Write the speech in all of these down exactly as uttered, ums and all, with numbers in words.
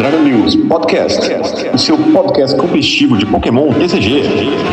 Dragon News Podcast, o seu podcast competitivo de Pokémon T C G.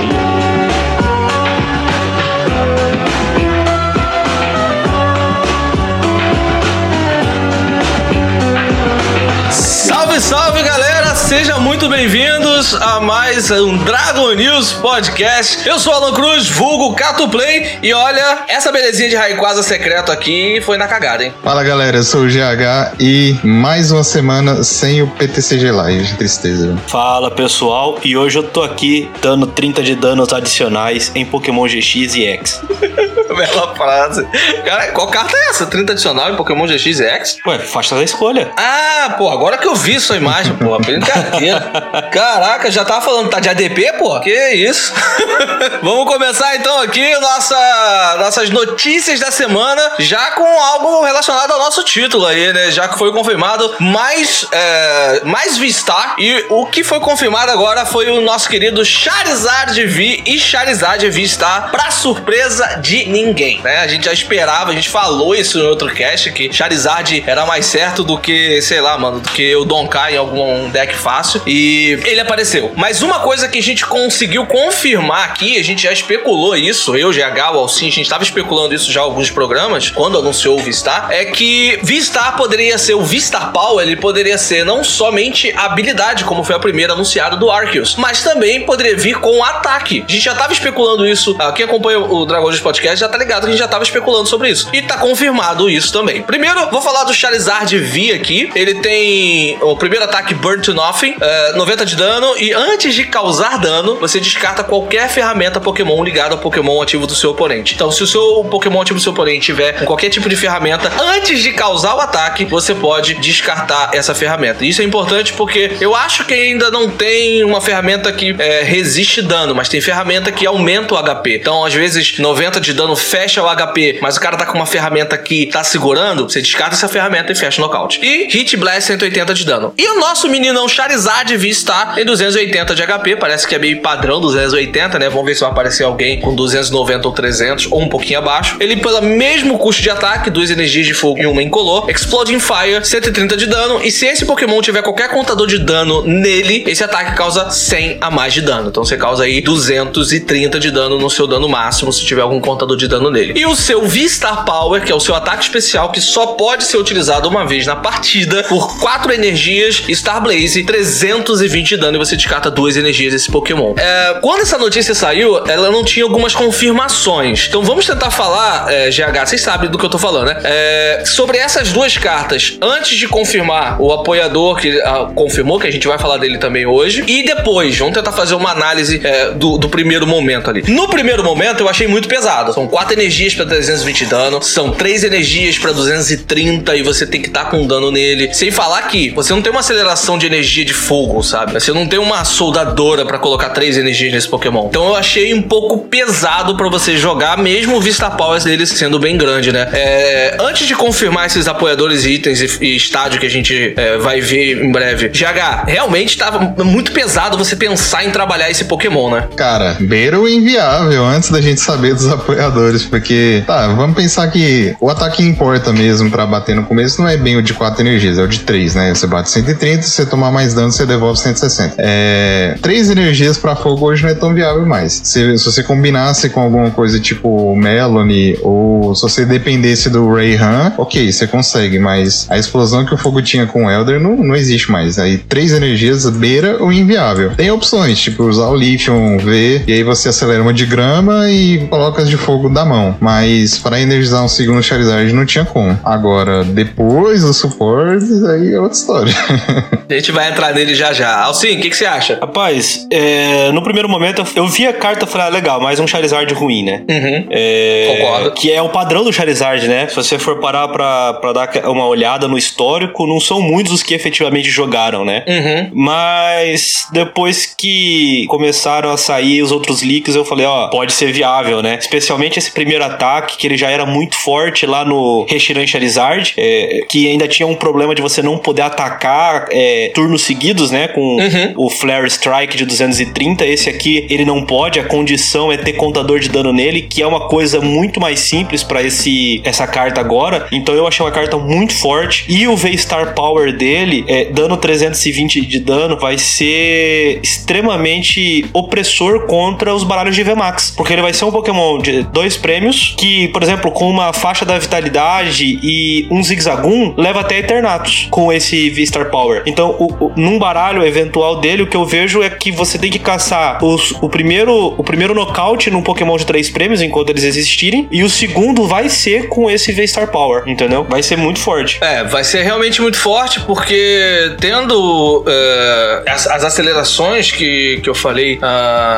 Salve, salve, galera! Sejam muito bem-vindos a mais um Dragon News Podcast. Eu sou o Alan Cruz, vulgo Cato Play, e olha, essa belezinha de Rayquaza secreto aqui foi na cagada, hein? Fala, galera, eu sou o G H e mais uma semana sem o P T C G Live, tristeza. Fala, pessoal, e hoje eu tô aqui dando trinta de danos adicionais em Pokémon G X e X. Bela frase. Cara, qual carta é essa? trinta adicional em Pokémon G X e X? Ué, faixa da escolha. Ah, pô, agora que eu vi sua imagem, pô, brincadeira. Caraca, já tava falando, tá de A D P, pô? Que isso? Vamos começar então aqui nossa, nossas notícias da semana, já com algo relacionado ao nosso título aí, né? Já que foi confirmado mais, é, mais V-Star, e o que foi confirmado agora foi o nosso querido Charizard V e Charizard V-Star, pra surpresa de ninguém, né? A gente já esperava, a gente falou isso em outro cast, que Charizard era mais certo do que, sei lá, mano, do que o Donkai em algum deck fácil, e ele apareceu. Mas uma coisa que a gente conseguiu confirmar aqui, a gente já especulou isso, eu, G H, o Alcin, a gente estava especulando isso já em alguns programas, quando anunciou o V-Star, é que V-Star poderia ser, o V-Star Power, ele poderia ser não somente a habilidade, como foi a primeira anunciada do Arceus, mas também poderia vir com ataque. A gente já estava especulando isso, quem acompanha o Dragon News Podcast já tá ligado que a gente já estava especulando sobre isso, e tá confirmado isso também. Primeiro, vou falar do Charizard V aqui, ele tem o primeiro ataque Burn to Nothing, é, noventa de dano, e antes de causar dano, você descarta qualquer ferramenta Pokémon ligada ao Pokémon ativo do seu oponente. Então, se o seu Pokémon ativo do seu oponente tiver com qualquer tipo de ferramenta, antes de causar o ataque, você pode descartar essa ferramenta. Isso é importante porque eu acho que ainda não tem uma ferramenta que é, resiste dano, mas tem ferramenta que aumenta o H P. Então, às vezes, noventa de dano fecha o H P, mas o cara tá com uma ferramenta que tá segurando, você descarta essa ferramenta e fecha o nocaute. E Hit Blast cento e oitenta de dano. E o nosso meninão Charizard V-Star tem duzentos e oitenta de H P, parece que é meio padrão duzentos e oitenta, né? Vamos ver se vai aparecer alguém com duzentos e noventa ou trezentos, ou um pouquinho abaixo. Ele, pelo mesmo custo de ataque, duas energias de fogo e uma incolor, Exploding Fire, cento e trinta de dano, e se esse Pokémon tiver qualquer contador de dano nele, esse ataque causa cem a mais de dano. Então você causa aí duzentos e trinta de dano no seu dano máximo, se tiver algum contador de dano nele. E o seu V-Star Power, que é o seu ataque especial, que só pode ser utilizado uma vez na partida, por quatro energias, Star Blaze, trezentos e vinte de dano, e você descarta duas energias desse Pokémon. É, quando essa notícia saiu, ela não tinha algumas confirmações. Então vamos tentar falar, é, G H, vocês sabem do que eu tô falando, né? É, sobre essas duas cartas, antes de confirmar o apoiador, que a, confirmou, que a gente vai falar dele também hoje, e depois, vamos tentar fazer uma análise é, do, do primeiro momento ali. No primeiro momento, eu achei muito pesado. São quatro energias pra trezentos e vinte de dano, são três energias pra duzentos e trinta, e você tem que estar tá com dano nele. Sem falar que você não tem uma aceleração de energia de fogo, sabe? Você não tem uma soldadora pra colocar três energias nesse Pokémon. Então eu achei um pouco pesado pra você jogar, mesmo o Vista Powers dele sendo bem grande, né? É, antes de confirmar esses apoiadores, itens e, e estádio que a gente é, vai ver em breve, G H, realmente tava muito pesado você pensar em trabalhar esse Pokémon, né? Cara, beira o inviável antes da gente saber dos apoiadores, porque, tá, vamos pensar que o ataque importa mesmo pra bater no começo, não é bem o de quatro energias, é o de três, né? Você bate cento e trinta, se você tomar mais dano, você devolve cento e sessenta. É, três energias pra fogo hoje não é tão viável mais. Se, se você combinasse com alguma coisa tipo Melony, ou se você dependesse do Rayhan, ok, você consegue, mas a explosão que o fogo tinha com o Elder não, não existe mais. Aí três energias beira o inviável. Tem opções, tipo usar o Lithium V, e aí você acelera uma de grama e coloca as de fogo da mão. Mas pra energizar um segundo Charizard não tinha como. Agora, depois do suporte, aí é outra história. A gente vai entrar nele já já. Alcin, o que, que você acha? Rapaz, é, no primeiro momento eu, eu vi a carta e falei, ah, legal, mais um Charizard ruim, né? Uhum. É, Concordo. Que é o padrão do Charizard, né? Se você for parar pra, pra dar uma olhada no histórico, não são muitos os que efetivamente jogaram, né? Uhum. Mas depois que começaram a sair os outros leaks, eu falei, ó, pode ser viável, né? Especialmente esse esse primeiro ataque, que ele já era muito forte lá no Reshiram Charizard, é, que ainda tinha um problema de você não poder atacar é, turnos seguidos, né? Com uhum. o Flare Strike de duzentos e trinta. Esse aqui, ele não pode. A condição é ter contador de dano nele, que é uma coisa muito mais simples pra esse, essa carta agora. Então eu achei uma carta muito forte. E o V-Star Power dele, é, dano trezentos e vinte de dano, vai ser extremamente opressor contra os baralhos de V MAX. Porque ele vai ser um Pokémon de dois prêmios, que, por exemplo, com uma faixa da vitalidade e um Zigzagoon, leva até Eternatus com esse V-Star Power. Então, o, o, num baralho eventual dele, o que eu vejo é que você tem que caçar os, o, primeiro, o primeiro nocaute num Pokémon de três prêmios, enquanto eles existirem, e o segundo vai ser com esse V-Star Power, entendeu? Vai ser muito forte. É, vai ser realmente muito forte, porque tendo uh, as, as acelerações que, que eu falei uh,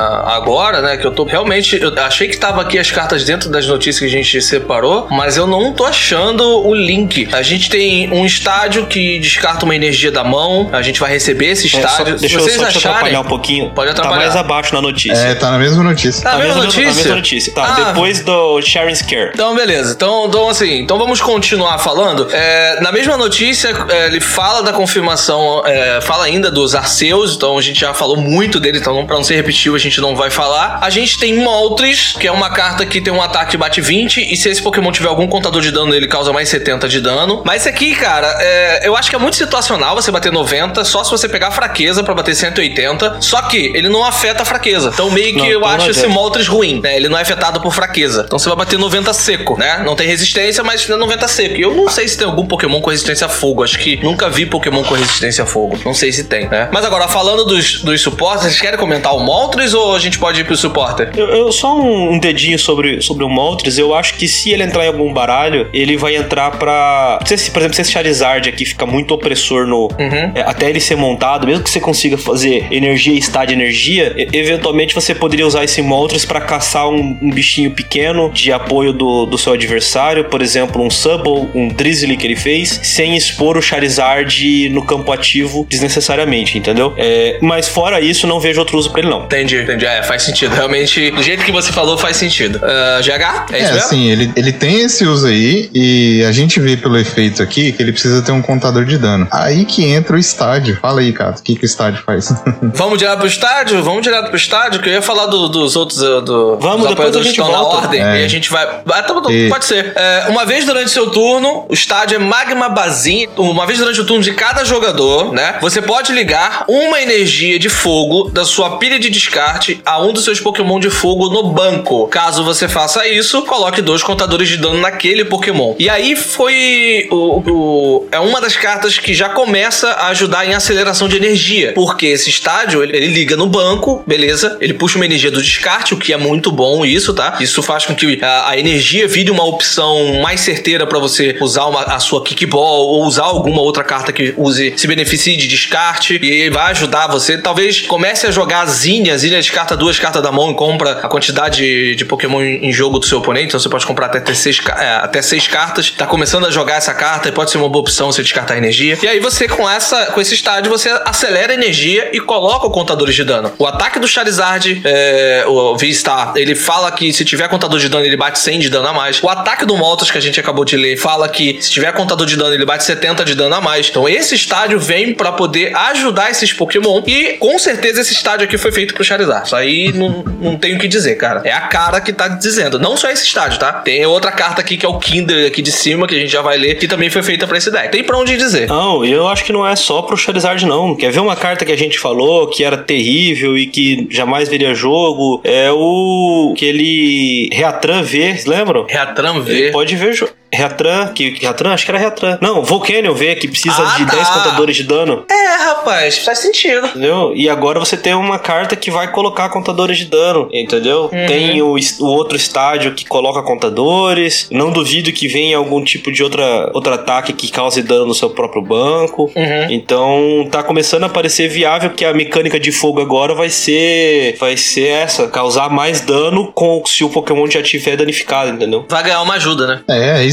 agora, né, que eu tô realmente... Eu achei que tava aqui as cartas dentro das notícias que a gente separou, mas eu não tô achando o link. A gente tem um estádio que descarta uma energia da mão, a gente vai receber esse estádio. É, só, deixa Se vocês eu só acharem, te atrapalhar um pouquinho. Pode atrapalhar. Tá mais abaixo na notícia. É, tá na mesma notícia. Tá na mesma notícia? Na mesma notícia. Tá, ah, depois do Sharing Scare. Então, beleza. Então, então, assim, então vamos continuar falando. É, na mesma notícia, é, ele fala da confirmação, é, fala ainda dos Arceus, então a gente já falou muito dele, então pra não ser repetitivo, a gente não vai falar. A gente tem Moltres, que é uma carta que tem um ataque que bate vinte, e se esse Pokémon tiver algum contador de dano, ele causa mais setenta de dano. Mas esse aqui, cara, é, eu acho que é muito situacional você bater noventa, só se você pegar a fraqueza pra bater cento e oitenta, só que ele não afeta a fraqueza. Então meio que não, eu acho esse Moltres ruim, né? Ele não é afetado por fraqueza. Então você vai bater noventa seco, né? Não tem resistência, mas é noventa seco. E eu não sei se tem algum Pokémon com resistência a fogo. Acho que nunca vi Pokémon com resistência a fogo. Não sei se tem, né? Mas agora, falando dos, dos suportes, vocês querem comentar o Moltres ou a gente pode ir pro supporter? Eu, eu só um, um dedinho sobre, sobre o Moltres. Eu acho que se ele entrar em algum baralho, ele vai entrar pra... Se, por exemplo, se esse Charizard aqui fica muito opressor no... Uhum. É, até ele ser montado, mesmo que você consiga fazer energia e estado de energia, e, eventualmente você poderia usar esse Moltres pra caçar um, um bichinho pequeno de apoio do, do seu adversário, por exemplo, um Subble, um Drizzly que ele fez, sem expor o Charizard no campo ativo desnecessariamente, entendeu? É, mas fora isso, não vejo outro uso pra ele, não. Entendi, entendi. É, faz sentido. Realmente, do jeito que você falou, faz sentido. Uh, G H? É, é isso mesmo? Sim, ele, ele tem esse uso aí, e a gente vê pelo efeito aqui que ele precisa ter um contador de dano. Aí que entra o estádio. Fala aí, Cato, o que, que o estádio faz? Vamos direto pro estádio? Vamos direto pro estádio, que eu ia falar do, dos outros... Do, Vamos, depois a gente estão volta. Na ordem, é. E a gente vai... Ah, tá, e... Pode ser. É, uma vez durante seu turno, o estádio é Magma Bazin. Uma vez durante o turno de cada jogador, né? Você pode ligar uma energia de fogo da sua pilha de descarte a um dos seus Pokémon de fogo no banco. Caso você faça isso, coloque dois contadores de dano naquele Pokémon. E aí foi... O, o, é uma das cartas que já começa a ajudar em aceleração de energia. Porque esse estádio, ele, ele liga no banco, beleza? Ele puxa uma energia do descarte, o que é muito bom isso, tá? Isso faz com que a, a energia vire uma opção mais certeira pra você usar uma, a sua Kickball ou usar alguma outra carta que use, se beneficie de descarte, e vai ajudar você. Talvez comece a jogar a Zinnia. A Zinnia descarta duas cartas da mão e compra a quantidade de, de Pokémon em jogo do seu oponente. Então você pode comprar até seis, é, até seis cartas. Tá começando a jogar essa carta e pode ser uma boa opção você descartar energia. E aí você, com, essa, com esse estádio, você acelera a energia e coloca o contadores de dano. O ataque do Charizard, é, o V-Star, ele fala que se tiver contador de dano, ele bate cem de dano a mais. O ataque do Moltres, que a gente acabou de ler, fala que se tiver contador de dano, ele bate setenta de dano a mais. Então esse estádio vem pra poder ajudar esses Pokémon. E com certeza esse estádio aqui foi feito pro Charizard. Isso aí não, não tenho o que dizer, cara. É a cara que tá dizendo. Não só esse estádio, tá? Tem outra carta aqui que é o Kinder aqui de cima, que a gente já vai ler, que também foi feita pra esse deck. Tem pra onde dizer. Não, eu acho que não é só pro Charizard, não. Quer ver uma carta que a gente falou que era terrível e que jamais veria jogo? É o... aquele Reatran V, lembram? Reatran V. Ele pode ver jogo. Reatran, que Reatran? Acho que era Reatran. Não, Volcanion V, que precisa ah, de tá. dez contadores de dano. É, rapaz, faz sentido. Entendeu? E agora você tem uma carta que vai colocar contadores de dano, entendeu? Uhum. Tem o, o outro estádio que coloca contadores. Não duvido que venha algum tipo de outra, outro ataque que cause dano no seu próprio banco. Uhum. Então tá começando a parecer viável que a mecânica de fogo agora vai ser vai ser essa, causar mais dano com, se o Pokémon já tiver danificado, entendeu? Vai ganhar uma ajuda, né? É, isso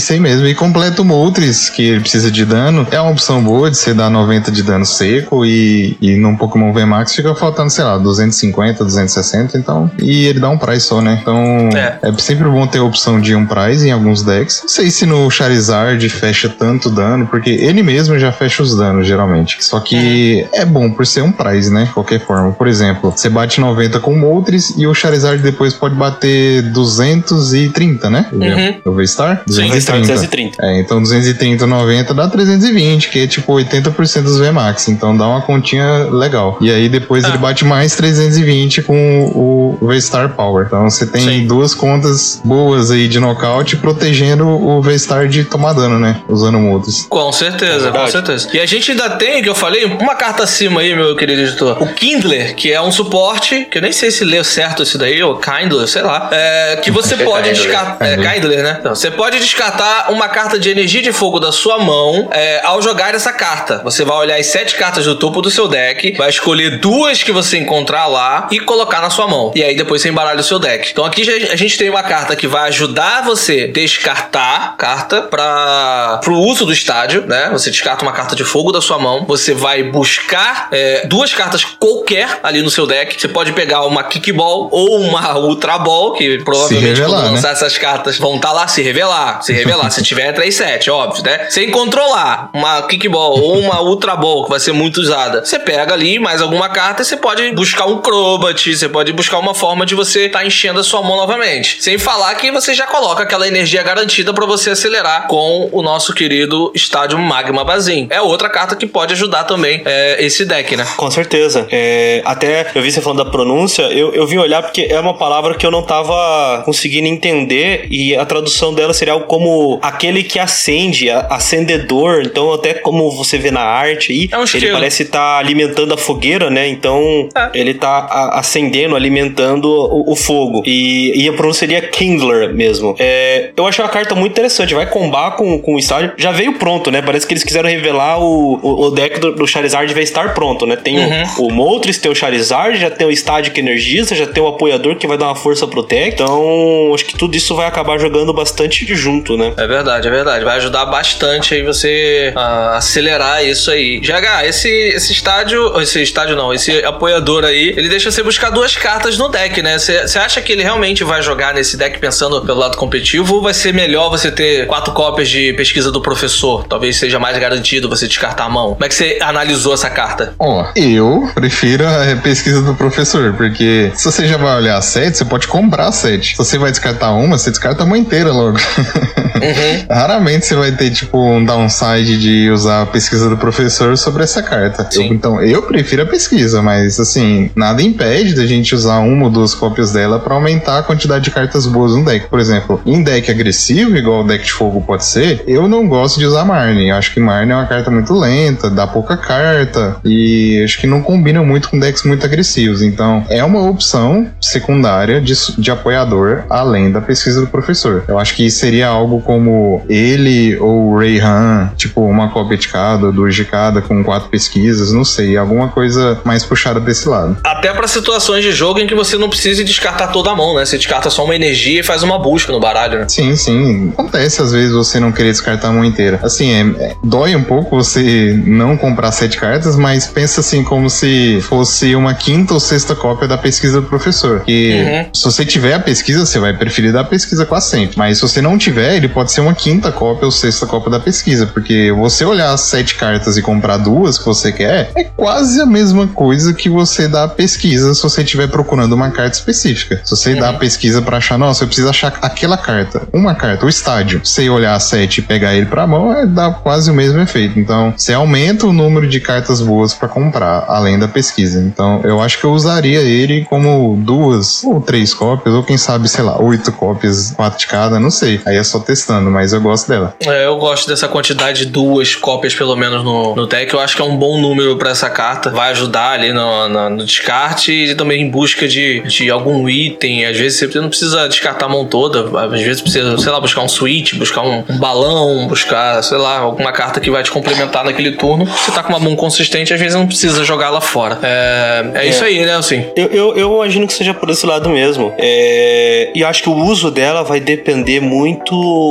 isso aí mesmo. E completa o Moltres, que ele precisa de dano. É uma opção boa de você dar noventa de dano seco e, e num Pokémon V Max fica faltando, sei lá, duzentos e cinquenta, duzentos e sessenta, então... E ele dá um prize só, né? Então é, é sempre bom ter a opção de um prize em alguns decks. Não sei se no Charizard fecha tanto dano, porque ele mesmo já fecha os danos, geralmente. Só que é bom por ser um prize, né? Qualquer forma. Por exemplo, você bate noventa com o Moltres e o Charizard depois pode bater duzentos e trinta, né? Uhum. O V-Star? duzentos e trinta. É, então duzentos e trinta, noventa dá trezentos e vinte, que é tipo oitenta por cento dos V-Max. Então dá uma continha legal. E aí depois ah. ele bate mais trezentos e vinte com o V-Star Power. Então você tem Sim. duas contas boas aí de nocaute protegendo o V-Star de tomar dano, né? Usando Moltres. Com certeza, é com certeza. E a gente ainda tem, que eu falei, uma carta acima aí, meu querido editor. O Kindler, que é um suporte, que eu nem sei se leu certo esse daí, ou Kindler, sei lá. É, que você pode descartar. É, Kindler, né? Então, você pode descartar uma carta de energia de fogo da sua mão é, ao jogar essa carta. Você vai olhar as sete cartas do topo do seu deck, vai escolher duas que você encontrar lá e colocar na sua mão. E aí depois você embaralha o seu deck. Então aqui a gente tem uma carta que vai ajudar você a descartar carta para pro uso do estádio, né? Você descarta uma carta de fogo da sua mão, você vai buscar é, duas cartas qualquer ali no seu deck. Você pode pegar uma Kickball ou uma Ultra Ball, que provavelmente revelar, quando lançar né? essas cartas vão estar tá lá, se revelar, se revelar. Se tiver três sete, óbvio, né? Você encontrou lá uma Kickball ou uma Ultra Ball que vai ser muito usada. Você pega ali mais alguma carta e você pode buscar um Crobat, você pode buscar uma forma de você estar tá enchendo a sua mão novamente. Sem falar que você já coloca aquela energia garantida para você acelerar com o nosso querido Estádio Magma Bazin. É outra carta que pode ajudar também é, esse deck, né? Com certeza. É, até eu vi você falando da pronúncia, eu, eu vim olhar porque é uma palavra que eu não tava conseguindo entender e a tradução dela seria algo como aquele que acende, acendedor. Então até como você vê na arte aí, é um ele parece estar tá alimentando a fogueira, né? Então é. ele tá a, acendendo, alimentando o, o fogo. E, e a pronúncia seria Kindler mesmo. É, eu achei uma carta muito interessante. Vai combar com, com o estádio. Já veio pronto, né? Parece que eles quiseram revelar o, o, o deck do, do Charizard vai estar pronto, né? Tem uhum. o, o Moltres, tem o Charizard, já tem o estádio que energiza, já tem o apoiador que vai dar uma força pro deck. Então, acho que tudo isso vai acabar jogando bastante junto, né? É verdade, é verdade. Vai ajudar bastante aí você a acelerar isso aí. G H, esse, esse estádio, esse estádio não, esse apoiador aí, ele deixa você buscar duas cartas no deck, né? Você acha que ele realmente vai jogar nesse deck pensando pelo lado competitivo ou vai ser melhor você ter quatro cópias de pesquisa do professor? Talvez seja mais garantido você descartar a mão. Como é que você analisou essa carta? Ó, oh, eu prefiro a pesquisa do professor, porque se você já vai olhar a sete, você pode comprar a sete. Se você vai descartar uma, você descarta a mão inteira logo. Uhum. Raramente você vai ter, tipo, um downside de usar a pesquisa do professor sobre essa carta. Eu, então, eu prefiro a pesquisa, mas, assim, nada impede da gente usar uma ou duas cópias dela pra aumentar a quantidade de cartas boas no deck. Por exemplo, em deck agressivo, igual o deck de fogo pode ser, eu não gosto de usar Marnie. Eu acho que Marnie é uma carta muito lenta, dá pouca carta, e acho que não combina muito com decks muito agressivos. Então, é uma opção secundária de, de apoiador, além da pesquisa do professor. Eu acho que seria algo como ele ou o Rayhan, tipo, uma cópia de cada, duas de cada, com quatro pesquisas, não sei, alguma coisa mais puxada desse lado. Até para situações de jogo em que você não precise descartar toda a mão, né? Você descarta só uma energia e faz uma busca no baralho, né? Sim, sim. Acontece às vezes você não querer descartar a mão inteira. Assim, é, é, dói um pouco você não comprar sete cartas, mas pensa assim como se fosse uma quinta ou sexta cópia da pesquisa do professor. Que uhum. se você tiver a pesquisa, você vai preferir dar a pesquisa quase sempre. Mas se você não tiver, ele pode ser uma quinta cópia ou sexta cópia da pesquisa. Porque você olhar as sete cartas e comprar duas que você quer, é quase a mesma coisa que você dar a pesquisa se você estiver procurando uma carta específica. Se você uhum. dá a pesquisa pra achar, nossa, eu preciso achar aquela carta, uma carta, o estádio. Você olhar a sete e pegar ele pra mão, é, dá quase o mesmo efeito. Então, você aumenta o número de cartas boas pra comprar, além da pesquisa. Então, eu acho que eu usaria ele como duas ou três cópias, ou quem sabe, sei lá, oito cópias, quatro de cada, não sei. Aí é só testando, mas eu gosto dela. É, eu gosto dessa quantidade de duas cópias, pelo menos, no, no deck. Eu acho que é um bom número pra essa carta. Vai ajudar ali no, no, no descarte e também em busca de, de algum item. Às vezes você não precisa descartar a mão toda. Às vezes precisa, sei lá, buscar um switch, buscar um, um balão, buscar, sei lá, alguma carta que vai te complementar naquele turno. Você tá com uma mão consistente, às vezes não precisa jogar lá fora. É, é, é. isso aí, né, assim? Eu, eu, eu imagino que seja por esse lado mesmo. É, e acho que o uso dela vai depender muito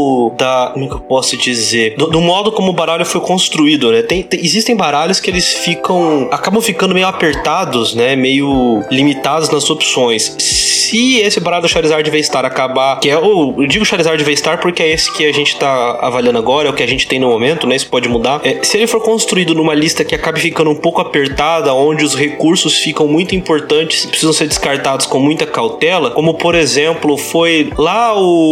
do... da... como é que eu posso dizer? Do, do modo como o baralho foi construído, né? Tem, tem, existem baralhos que eles ficam... acabam ficando meio apertados, né? Meio limitados nas opções. Se esse baralho do Charizard V-Star acabar... que é o... eu digo Charizard V-Star porque é esse que a gente tá avaliando agora, é o que a gente tem no momento, né? Isso pode mudar. É, se ele for construído numa lista que acabe ficando um pouco apertada, onde os recursos ficam muito importantes e precisam ser descartados com muita cautela, como por exemplo foi lá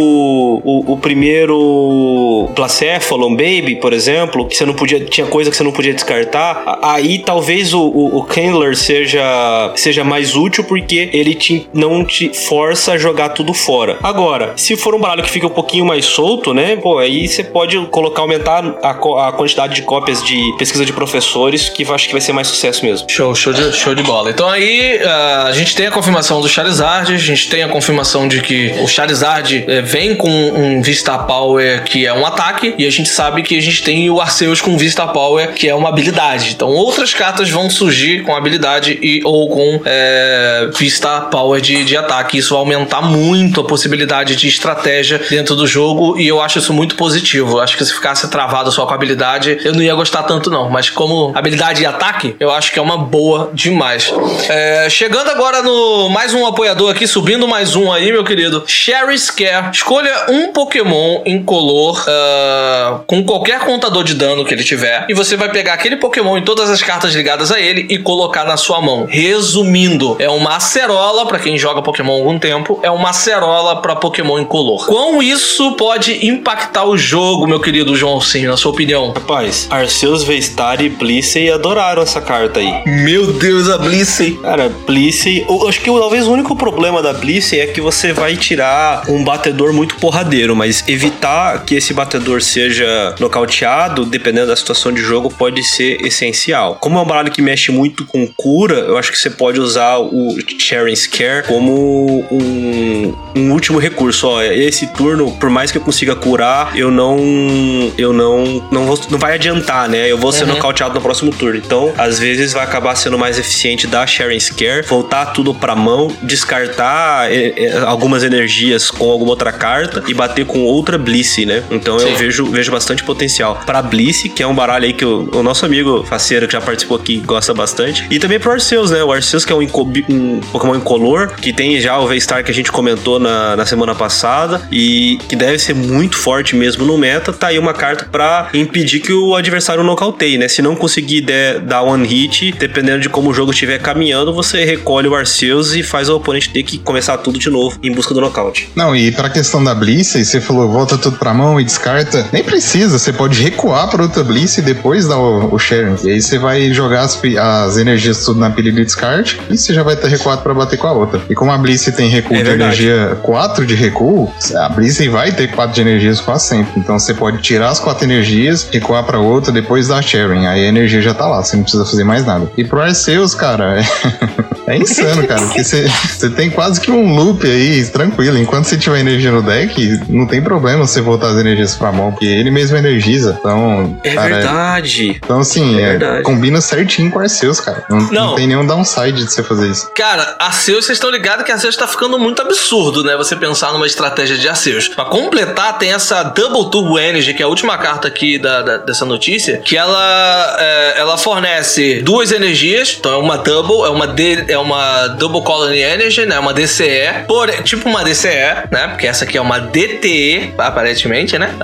o, o, o primeiro Blacephalon Baby, por exemplo, que você não podia, tinha coisa que você não podia descartar, aí talvez o, o, o Candler seja, seja mais útil porque ele te, não te força a jogar tudo fora. Agora, se for um baralho que fica um pouquinho mais solto, né, pô, aí você pode colocar, aumentar a, a quantidade de cópias de pesquisa de professores, que eu acho que vai ser mais sucesso mesmo. Show, show de, show de bola. Então aí uh, a gente tem a confirmação do Charizard, a gente tem a confirmação de que o Charizard eh, vem com um Vista Power que é um ataque, e a gente sabe que a gente tem o Arceus com Vista Power que é uma habilidade. Então outras cartas vão surgir com habilidade e ou com é, Vista Power de, de ataque. Isso vai aumentar muito a possibilidade de estratégia dentro do jogo, e eu acho isso muito positivo. Eu acho que se ficasse travado só com a habilidade, eu não ia gostar tanto não, mas como habilidade e ataque, eu acho que é uma boa demais. É, chegando agora no mais um apoiador aqui, subindo mais um aí, meu querido, Sherry Scare. Escolha um Pokémon incolor uh, com qualquer contador de dano que ele tiver, e você vai pegar aquele Pokémon e todas as cartas ligadas a ele e colocar na sua mão. Resumindo, é uma acerola, pra quem joga Pokémon há algum tempo, é uma acerola pra Pokémon incolor. Quão isso pode impactar o jogo, meu querido João Sim, na sua opinião? Rapaz, Arceus, V-Star e Blissey adoraram essa carta aí. Meu Deus, a Blissey. Cara, Blissey... eu acho que talvez o único problema da Blissey é que você vai tirar um batedor muito porradeiro, mas evitar que esse batedor seja nocauteado, dependendo da situação de jogo, pode ser essencial. Como é um baralho que mexe muito com cura, eu acho que você pode usar o Sherry Scare como um, um último recurso. Ó, esse turno, por mais que eu consiga curar, eu não... eu não... não, vou, não vai adiantar, né? Eu vou ser uhum. nocauteado no próximo turno. Então, às vezes, vai acabar sendo mais eficiente dar Sherry Scare, voltar tudo pra mão, descartar é, é, algumas energias com alguma outra carta e bater com outra Blissey, né? Então, Sim. eu vejo, vejo bastante potencial pra Blissey, que é um baralho aí que o, o nosso amigo Faceiro, que já participou aqui, gosta bastante. E também pro Arceus, né? O Arceus, que é um, um Pokémon incolor, que tem já o V-Star que a gente comentou na, na semana passada e que deve ser muito forte mesmo no meta. Tá aí uma carta pra impedir que o adversário nocauteie, né? Se não conseguir der, dar one hit, dependendo de como o jogo estiver caminhando, você recolhe o Arceus e faz o oponente ter que começar tudo de novo em busca do nocaute. Não, e pra questão da Blissey, você falou volta tudo pra mão e descarta. Nem precisa, você pode recuar pra outra Blissey e depois dar o, o Sharing. E aí você vai jogar as, as energias tudo na pilha de descarte e você já vai estar recuado pra bater com a outra. E como a Blissey tem recuo é de verdade. energia, quatro de recuo, a Blissey vai ter quatro de energias quase sempre. Então você pode tirar as quatro energias, recuar pra outra, depois dar Sharing. Aí a energia já tá lá, você não precisa fazer mais nada. E pro Arceus, cara, é, é insano, cara, porque você, você tem quase que um loop aí, tranquilo. Enquanto você tiver energia no deck, não tem problema você voltar as energias pra mão, porque ele mesmo energiza. Então, é cara, verdade. É, então, assim, é é, combina certinho com Arceus, cara. Não, não. não tem nenhum downside de você fazer isso. Cara, Arceus, vocês estão ligados que Arceus tá ficando muito absurdo, né? Você pensar numa estratégia de Arceus. Pra completar, tem essa Double Turbo Energy, que é a última carta aqui da, da, dessa notícia, que ela, é, ela fornece duas energias, então é uma Double, é uma, D, é uma Double Colony Energy, né? Uma D C E, por, tipo uma D C E, né? Porque essa aqui é uma D T E, aparentemente, né?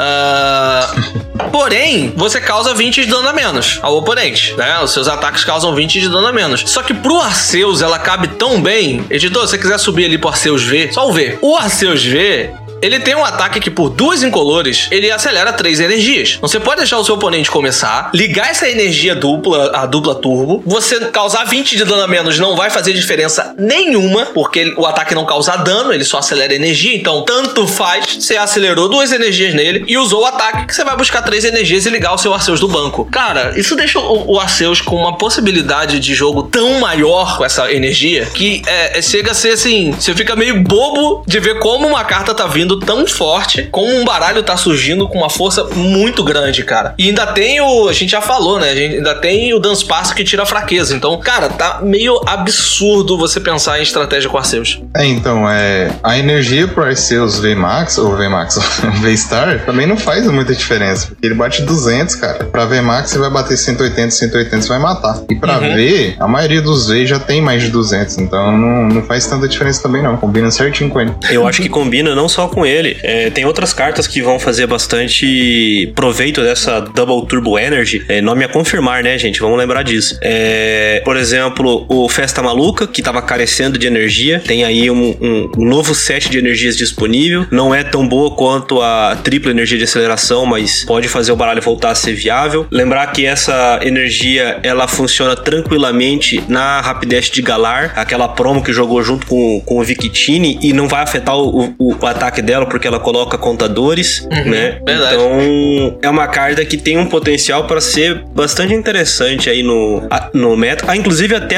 Uh, porém, você causa vinte de dano a menos ao oponente, né? Os seus ataques causam vinte de dano a menos. Só que pro Arceus, ela cabe tão bem. Editor, se você quiser subir ali pro Arceus V, só o V. O Arceus V... ele tem um ataque que por duas incolores, ele acelera três energias. Então você pode deixar o seu oponente começar, ligar essa energia dupla, a dupla turbo, você causar vinte de dano a menos não vai fazer diferença nenhuma, porque o ataque não causa dano, ele só acelera energia, então tanto faz, você acelerou duas energias nele e usou o ataque, que você vai buscar três energias e ligar o seu Arceus do banco. Cara, isso deixa o, o Arceus com uma possibilidade de jogo tão maior com essa energia, que é, chega a ser assim, você fica meio bobo de ver como uma carta tá vindo surgindo tão forte como um baralho tá surgindo com uma força muito grande, cara. E ainda tem o... A gente já falou, né? A gente ainda tem o Dunsparce que tira a fraqueza. Então, cara, tá meio absurdo você pensar em estratégia com Arceus. É, então, é... A energia pro Arceus V Max, ou V Max, V-Star, também não faz muita diferença. Porque ele bate duzentos, cara. Pra V Max, você vai bater cento e oitenta, cento e oitenta, você vai matar. E pra uhum. V, a maioria dos V já tem mais de duzentos. Então, não, não faz tanta diferença também, não. Combina certinho com ele. Eu acho que combina não só com ele. É, tem outras cartas que vão fazer bastante proveito dessa Double Turbo Energy. É, nome a confirmar, né, gente? Vamos lembrar disso. É, por exemplo, o Festa Maluca, que tava carecendo de energia. Tem aí um, um, um novo set de energias disponível. Não é tão boa quanto a tripla energia de aceleração, mas pode fazer o baralho voltar a ser viável. Lembrar que essa energia, ela funciona tranquilamente na Rapidash de Galar, aquela promo que jogou junto com, com o Victini, e não vai afetar o, o, o ataque dela porque ela coloca contadores, uhum, né? Verdade. Então, é uma carta que tem um potencial para ser bastante interessante aí no, a, no meta. Ah, inclusive até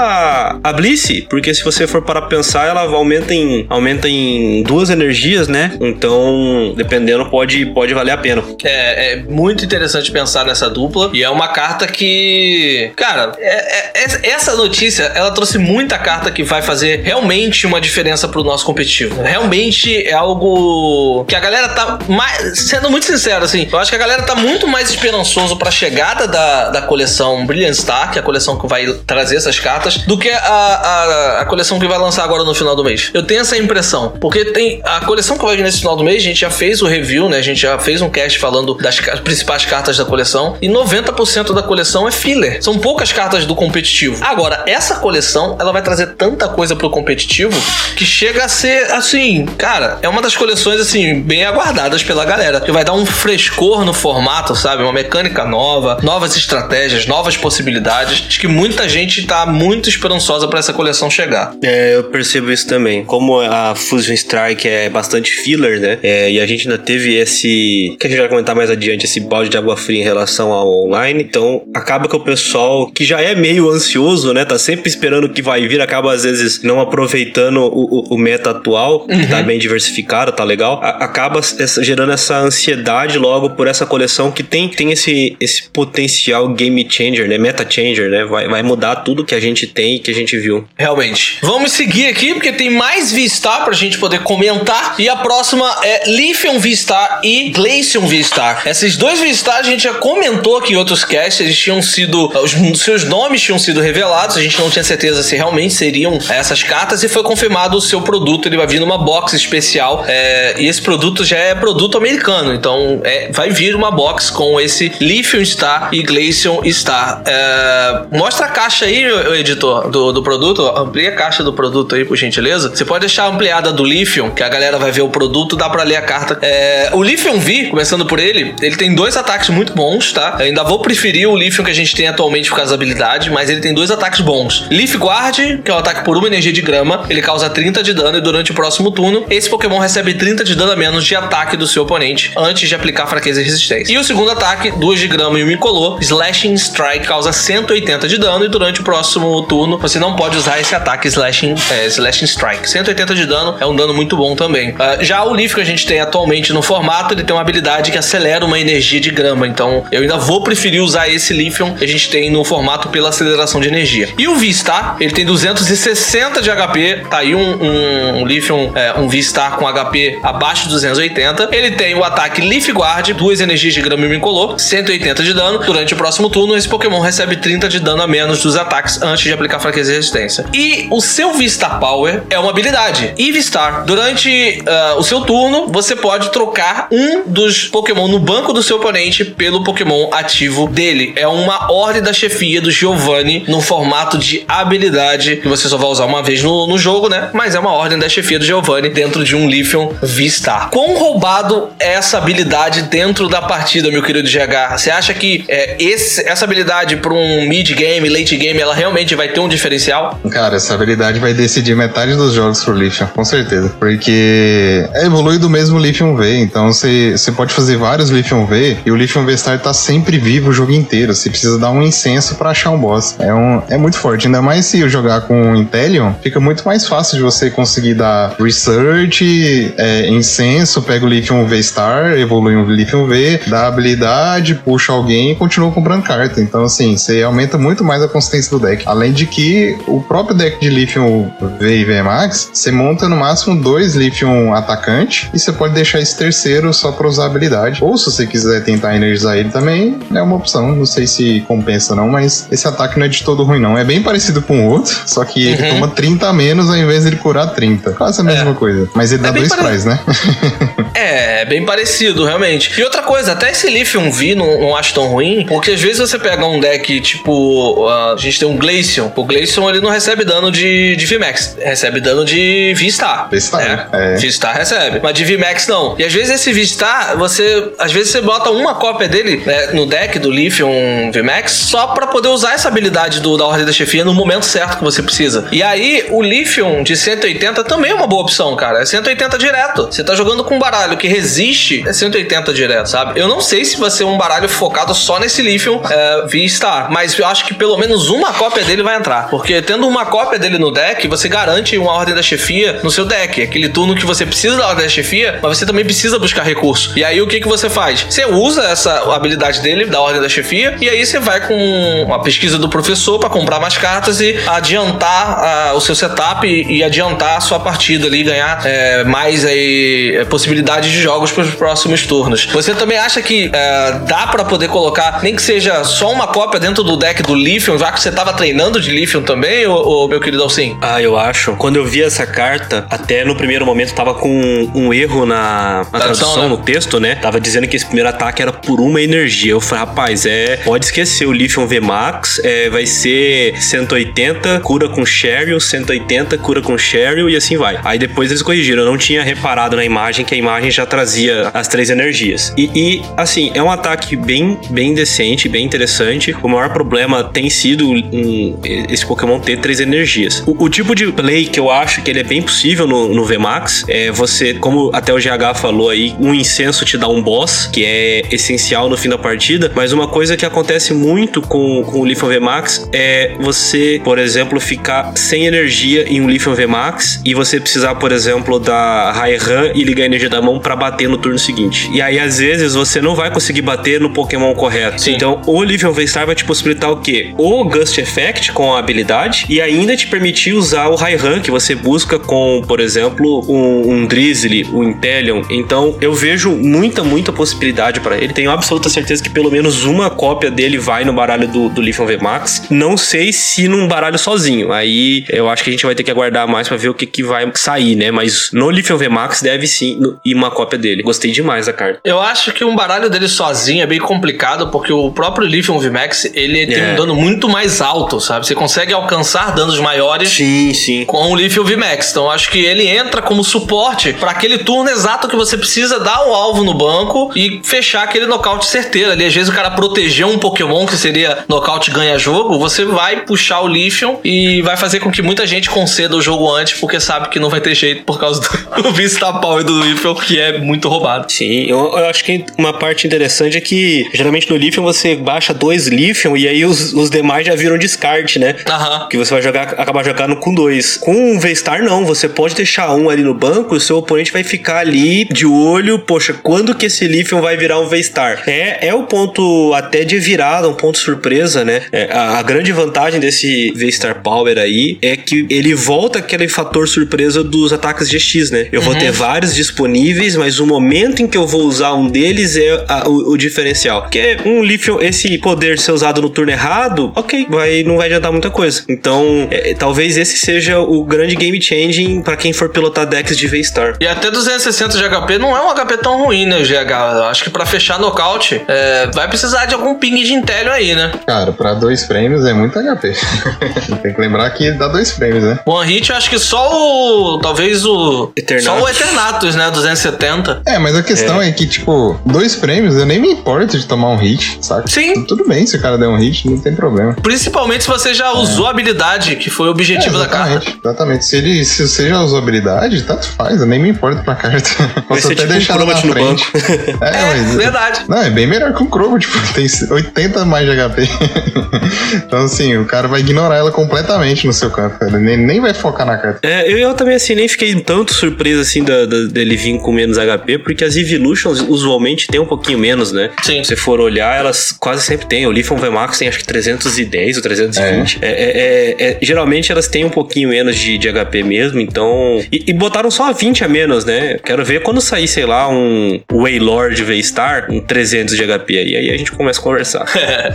a, a Blissey, porque se você for para pensar, ela aumenta em, aumenta em duas energias, né? Então, dependendo, pode, pode valer a pena. É, é muito interessante pensar nessa dupla, e é uma carta que... Cara, é, é, essa notícia, ela trouxe muita carta que vai fazer realmente uma diferença pro nosso competitivo. Realmente é algo que a galera tá mais... Sendo muito sincero, assim, eu acho que a galera tá muito mais esperançoso pra chegada da, da coleção Brilliant Star, que é a coleção que vai trazer essas cartas, do que a, a, a coleção que vai lançar agora no final do mês. Eu tenho essa impressão, porque tem a coleção que vai vir nesse final do mês, a gente já fez o review, né? A gente já fez um cast falando das principais cartas da coleção, e noventa por cento da coleção é filler. São poucas cartas do competitivo. Agora, essa coleção, ela vai trazer tanta coisa pro competitivo que chega a ser, assim, cara, é uma das coleções, assim, bem aguardadas pela galera, que vai dar um frescor no formato, sabe? Uma mecânica nova, novas estratégias, novas possibilidades. Acho que muita gente tá muito esperançosa pra essa coleção chegar. É, eu percebo isso também. Como a Fusion Strike é bastante filler, né? É, e a gente ainda teve esse... que a gente vai comentar mais adiante, esse balde de água fria em relação ao online. Então, acaba que o pessoal, que já é meio ansioso, né? Tá sempre esperando o que vai vir, acaba às vezes não aproveitando o, o, o meta atual, uhum. que tá bem diversificado, tá legal. A, acaba essa, gerando essa ansiedade logo por essa coleção que tem, tem esse, esse potencial game changer, né? Meta changer, né? Vai, vai mudar tudo que a gente tem e que a gente viu. Realmente. Vamos seguir aqui, porque tem mais V-Star pra gente poder comentar. E a próxima é Lithium V-Star e Glaceon V-Star. Esses dois V-Star a gente já comentou aqui em outros casts, eles tinham sido... Os seus nomes tinham sido revelados, a gente não tinha certeza se realmente seriam essas cartas, e foi confirmado o seu produto, ele vai vir numa box especial, é, e esse produto já é produto americano, então é, vai vir uma box com esse Lithium Star e Glaceon Star. É, mostra a caixa aí, editor, do, do produto, amplia a caixa do produto aí, por gentileza. Você pode deixar ampliada do Lithium, que a galera vai ver o produto, dá pra ler a carta. É, o Lithium V, começando por ele, ele tem dois ataques muito bons, tá? Eu ainda vou preferir o Lithium que a gente tem atualmente por causa da habilidade, mas ele tem dois ataques bons. Leaf Guard, que é um ataque por uma energia de grama, ele causa trinta de dano, e durante o próximo turno, esse Pokémon recebe trinta de dano a menos de ataque do seu oponente, antes de aplicar fraqueza e resistência. E o segundo ataque, duas de grama e um incolor, Slashing Strike, causa cento e oitenta de dano, e durante o próximo turno, você não pode usar esse ataque Slashing, é, Slashing Strike. cento e oitenta de dano é um dano muito bom também. Uh, já o Leaf que a gente tem atualmente no formato, ele tem uma habilidade que acelera uma energia de grama, então eu ainda vou preferir usar esse Lithium que a gente tem no formato pela aceleração de energia. E o V-Star, ele tem duzentos e sessenta de H P, tá aí um, um, um Lithium, é, um V-Star com H P abaixo de duzentos e oitenta. Ele tem o ataque Leaf Guard, duas energias de grama e um incolor, cento e oitenta de dano. Durante o próximo turno, esse Pokémon recebe trinta de dano a menos dos ataques antes de aplicar fraqueza e resistência. E o seu V-Star Power é uma habilidade. E V-Star, durante uh, o seu turno, você pode trocar um dos Pokémon no banco do seu oponente pelo Pokémon ativo dele. É uma ordem da chefia do Giovanni no formato de habilidade, que você só vai usar uma vez no, no jogo, né? Mas é uma ordem da chefia do Giovanni dentro de um Lithium V-Star. Quão roubado é essa habilidade dentro da partida, meu querido G H? Você acha que é, esse, essa habilidade para um mid-game, late-game, ela realmente vai ter um diferencial? Cara, essa habilidade vai decidir metade dos jogos pro Lithium, com certeza. Porque é evolui do mesmo Lithium V, então você pode fazer vários Lithium V e o Lithium V-Star tá sempre vivo o jogo inteiro. Você precisa dar um incenso pra achar um boss. É, um, é muito forte, ainda mais se eu jogar com o Inteleon, fica muito mais fácil de você conseguir dar research e, ali é, incenso, pega o Lithium V-Star, evolui um Lithium V, dá habilidade, puxa alguém e continua comprando carta. Então, assim, você aumenta muito mais a consistência do deck. Além de que o próprio deck de Lithium V e V Max, você monta no máximo dois Lithium atacante e você pode deixar esse terceiro só pra usar habilidade. Ou se você quiser tentar energizar ele também, é uma opção. Não sei se compensa não, mas esse ataque não é de todo ruim não. É bem parecido com o outro, só que ele uhum. toma trinta a menos ao invés de ele curar trinta. Quase a mesma é. coisa. Mas ele dá é dois pare... prize, né? É, é bem parecido, realmente. E outra coisa, até esse Lithium V não, não acho tão ruim, porque às vezes você pega um deck tipo... Uh, a gente tem um Glaceon. O Glaceon, ele não recebe dano de, de V Max. Recebe dano de V-Star. V-Star, né? é. V-Star recebe. Mas de V Max, não. E às vezes esse V-Star, você... Às vezes você bota uma cópia dele, né, no deck do Lithium V Max só pra poder usar essa habilidade do, da Ordem da Chefia no momento certo que você precisa. E aí, o Lithium de cento e oitenta também é uma boa opção, cara. É cento e oitenta direto. Você tá jogando com um baralho que resiste, é cento e oitenta direto, sabe? Eu não sei se vai ser um baralho focado só nesse Lithium é, V-Star, mas eu acho que pelo menos uma cópia dele vai entrar. Porque tendo uma cópia dele no deck, você garante uma Ordem da Chefia no seu deck. Aquele turno que você precisa da Ordem da Chefia, mas você também precisa buscar recurso. E aí, o que que você faz? Você usa essa habilidade dele, da Ordem da Chefia, e aí você vai com a pesquisa do professor pra comprar mais cartas e adiantar uh, o seu setup e, e adiantar a sua partida ali, ganhar é, mais aí, possibilidade de jogos para os próximos turnos. Você também acha que uh, dá pra poder colocar, nem que seja só uma cópia dentro do deck do Lithium, já que você tava treinando de Lithium também, ou, ou meu querido Alcim? Ah, eu acho. Quando eu vi essa carta, até no primeiro momento tava com um, um erro na, na tradução, tradução né? no texto, né? Tava dizendo que esse primeiro ataque era por uma energia. Eu falei, rapaz, é, pode esquecer, o Lithium V Max é, vai ser cento e oitenta, cura com Cheryl, cento e oitenta, cura com Cheryl e assim vai. Aí depois eles corrigiram. Eu não tinha reparado na imagem que a imagem já trazia as três energias. E, e assim, é um ataque bem, bem decente, bem interessante. O maior problema tem sido um, esse Pokémon ter três energias. O, o tipo de play que eu acho que ele é bem possível no, no V Max é você, como até o G H falou aí, um incenso te dá um boss, que é essencial no fim da partida, mas uma coisa que acontece muito com, com o Lithium V Max é você, por exemplo, ficar sem energia em um Lithium V Max e você precisar, por exemplo, da Raihan e ligar a energia da mão pra bater no turno seguinte. E aí, às vezes, você não vai conseguir bater no Pokémon correto. Sim. Então, o Lithium V-Star vai te possibilitar o quê? O Gust Effect com a habilidade e ainda te permitir usar o Raihan que você busca com, por exemplo, um, um Drizzly, um Inteleon. Então, eu vejo muita, muita possibilidade pra ele. Tenho absoluta certeza que pelo menos uma cópia dele vai no baralho do, do Lithium V Max. Não sei se num baralho sozinho. Aí, eu acho que a gente vai ter que aguardar mais pra ver o que, que vai sair, né? Mas no Lithium V Max deve sim ir uma cópia dele. Gostei demais da carta. Eu acho que um baralho dele sozinho é bem complicado, porque o próprio Lithium V Max, ele é. tem um dano muito mais alto, sabe? Você consegue alcançar danos maiores sim, sim. com o Lithium V Max. Então, acho que ele entra como suporte pra aquele turno exato que você precisa dar o alvo no banco e fechar aquele nocaute certeiro ali. Às vezes o cara protegeu um Pokémon que seria nocaute ganha jogo, você vai puxar o Lithium e vai fazer com que muita gente conceda o jogo antes, porque sabe que não vai ter jeito por causa do V-Star Power do Lithium, que é muito roubado. Sim, eu, eu acho que uma parte interessante é que geralmente no Lithium você baixa dois Lithium e aí os, os demais já viram descarte, né? Aham. Que você vai jogar, acabar jogando com dois. Com o V-Star não, você pode deixar um ali no banco e o seu oponente vai ficar ali de olho, poxa, quando que esse Lithium vai virar um V-Star? É, é o ponto até de virada, um ponto surpresa, né? É, a, a grande vantagem desse V-Star Power aí é que ele volta aquele fator surpresa dos ataques G X, né? Eu uhum. vou ter vários disponíveis, mas o momento em que eu vou usar um deles é a, o, o diferencial. Porque um Lithium, esse poder ser usado no turno errado, ok, vai, não vai adiantar muita coisa. Então, é, talvez esse seja o grande game changing pra quem for pilotar decks de V-Star. E até duzentos e sessenta de H P não é um H P tão ruim, né, G H? Eu acho que pra fechar nocaute, é, vai precisar de algum ping de Inteleon aí, né? Cara, pra dois frames é muito H P. Tem que lembrar que dá dois frames, né? One hit, eu acho que só o... talvez o... Eternatus. Só o Eternatus, né? duzentos e setenta. É, mas a questão é, é que, tipo, dois frames, eu nem me importo de tomar um hit, saca? Sim. Tudo bem se o cara der um hit, não tem problema. Principalmente se você já usou a habilidade, que foi o objetivo é, da carta. Exatamente. Se, ele, se você já usou a habilidade, tanto faz, eu nem me importo pra carta. Posso até tipo deixar um ela na no frente. Banco. É, é mas, verdade. Não, é bem melhor que um Crow, tipo, tem oitenta mais de H P. Então, assim, o cara vai ignorar ela completamente no seu campo, cara. Nem, nem vai focar na carta. É, eu, eu também, assim, nem fiquei tanto surpreso surpresa, assim, da, da, dele vir com menos H P, porque as Evolutions usualmente tem um pouquinho menos, né? Sim. Se você for olhar, elas quase sempre têm. O Leafeon V MAX tem acho que trezentos e dez ou trezentos e vinte. É. É, é, é, é, geralmente elas têm um pouquinho menos de, de H P mesmo, então... E, e botaram só vinte a menos, né? Quero ver quando sair, sei lá, um Wailord V-Star, um trezentos de H P aí, aí a gente começa a conversar.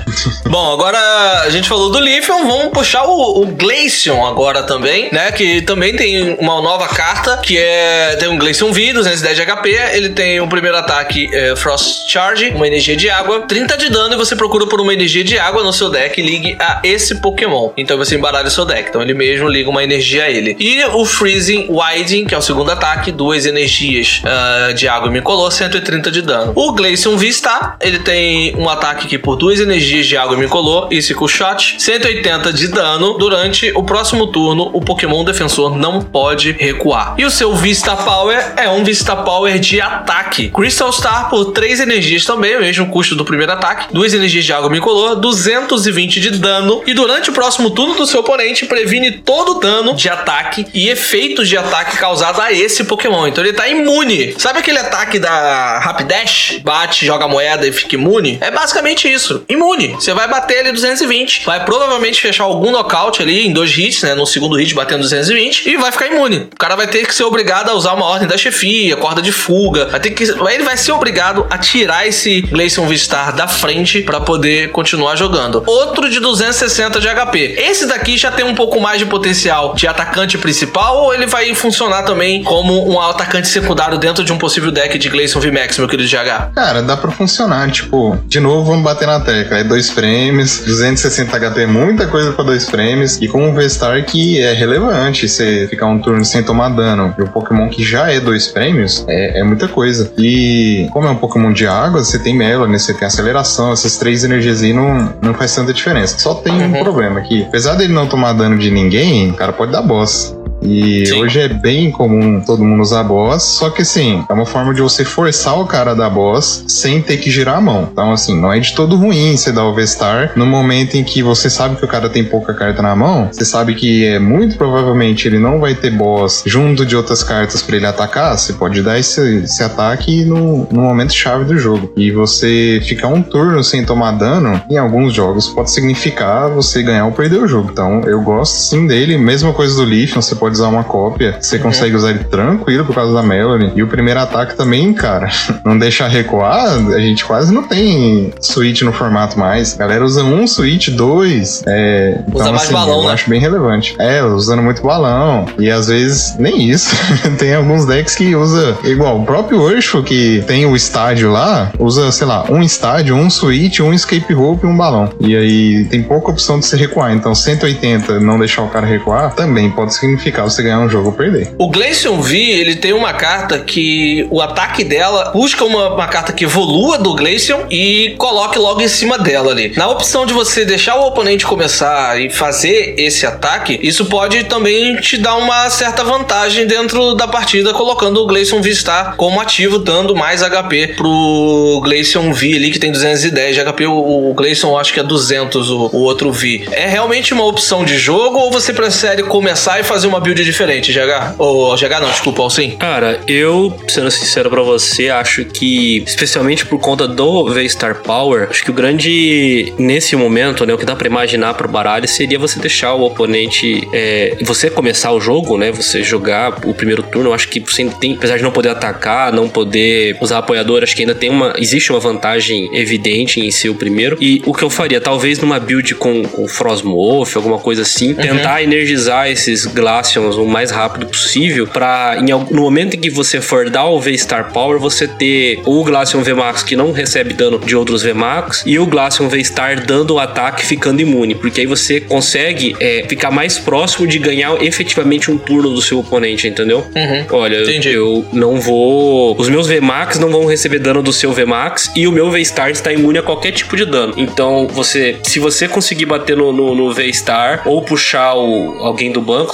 Bom, agora a gente falou do Leafeon, vamos puxar o, o Glaceon agora também, né? Que também tem uma nova carta, que é... Tem um Glaceon V, duzentos e dez de H P, ele tem o primeiro ataque é, Frost Charge, uma energia de água, trinta de dano, e você procura por uma energia de água no seu deck e ligue a esse Pokémon. Então você embaralha o seu deck, então ele mesmo liga uma energia a ele. E o Freezing Wilding, que é o segundo ataque, duas energias uh, de água e Micolor, cento e trinta de dano. O Glaceon V-Star, ele tem um ataque que por duas energias de água e Micolor, Icicle Shot, cento e oitenta de dano. Durante o próximo turno, o Pokémon defensor não pode recuar. E o seu V-Star Power é um V-Star Power de ataque. Crystal Star por três energias também, o mesmo custo do primeiro ataque, duas energias de água e Micolor, duzentos e vinte de dano. E durante o próximo turno do seu oponente, previne todo o dano de ataque e efeitos de ataque causado a esse Pokémon. Então ele tá imune. Sabe aquele ataque da Rapidash? Bate, joga moeda e fica imune? É basicamente isso. Imune. Você vai bater ali duzentos e vinte. Vai provavelmente fechar algum nocaute ali em dois hits, né? No segundo hit batendo duzentos e vinte. E vai ficar imune. O cara vai ter que ser obrigado a usar uma ordem da chefia, corda de fuga. Vai ter que... Ele vai ser obrigado a tirar esse Glaceon V-Star da frente pra poder continuar jogando. Outro de duzentos e sessenta de H P. Esse daqui já tem um pouco mais de potencial de atacante principal, ou ele vai funcionar também como um atacante secundário dentro de um possível deck de Glaceon V-Max, meu querido G H? Cara, dá pra funcionar, tipo, de novo vamos bater na tecla, é dois frames, duzentos e sessenta H P é muita coisa pra dois frames, e com um V-Star que é relevante, você ficar um turno sem tomar dano, e o Pokémon que já é dois frames, é, é muita coisa. E como é um Pokémon de água, você tem Melony, você tem aceleração, essas três energias aí não, não faz tanta diferença. Só tem uhum. um problema que, apesar dele não tomar dano de ninguém, o cara pode dar boss. E Sim. hoje é bem comum todo mundo usar boss, só que assim, é uma forma de você forçar o cara a dar boss sem ter que girar a mão. Então assim, não é de todo ruim você dar o V-Star no momento em que você sabe que o cara tem pouca carta na mão, você sabe que é muito provavelmente ele não vai ter boss junto de outras cartas pra ele atacar, você pode dar esse, esse ataque no, no momento chave do jogo. E você ficar um turno sem tomar dano, em alguns jogos pode significar você ganhar ou perder o jogo. Então eu gosto sim dele, mesma coisa do Leafeon, você pode usar uma cópia, você uhum. consegue usar ele tranquilo por causa da Melony. E o primeiro ataque também, cara, não deixar recuar, a gente quase não tem switch no formato mais. A galera usa um switch, dois. É, então, usa mais assim, balão, eu né? acho bem relevante. É, usando muito balão. E às vezes nem isso. Tem alguns decks que usa igual o próprio Urshifu, que tem o estádio lá, usa, sei lá, um estádio, um switch, um escape rope e um balão. E aí tem pouca opção de se recuar. Então cento e oitenta, não deixar o cara recuar, também pode significar você ganhar um jogo ou perder. O Glaceon V, ele tem uma carta que o ataque dela busca uma, uma carta que evolua do Glaceon e coloque logo em cima dela ali. Na opção de você deixar o oponente começar e fazer esse ataque, isso pode também te dar uma certa vantagem dentro da partida, colocando o Glaceon V-Star como ativo, dando mais H P pro Glaceon V ali, que tem duzentos e dez de H P. O, o Glaceon acho que é duzentos, o, o outro V. É realmente uma opção de jogo, ou você prefere começar e fazer uma build diferente, G H? Ou G H não, desculpa, sim. Cara, eu, sendo sincero pra você, acho que, especialmente por conta do V-Star Power, acho que o grande, nesse momento, né, o que dá pra imaginar pro baralho seria você deixar o oponente, é, você começar o jogo, né, você jogar o primeiro turno. Eu acho que você tem, apesar de não poder atacar, não poder usar apoiador, acho que ainda tem uma, existe uma vantagem evidente em ser o primeiro. E o que eu faria, talvez numa build com, com Frostmoth, alguma coisa assim, uhum. tentar energizar esses Glaceons o mais rápido possível, pra em, no momento em que você for dar o V-Star Power, você ter o Glaceon V-Max que não recebe dano de outros V-Max e o Glaceon V-Star dando o ataque ficando imune, porque aí você consegue é, ficar mais próximo de ganhar efetivamente um turno do seu oponente, entendeu? Uhum. Olha, Entendi. eu não vou... Os meus V-Max não vão receber dano do seu V-Max e o meu V-Star está imune a qualquer tipo de dano. Então, você, se você conseguir bater no, no, no V-Star ou puxar o, alguém do banco, você vai ter que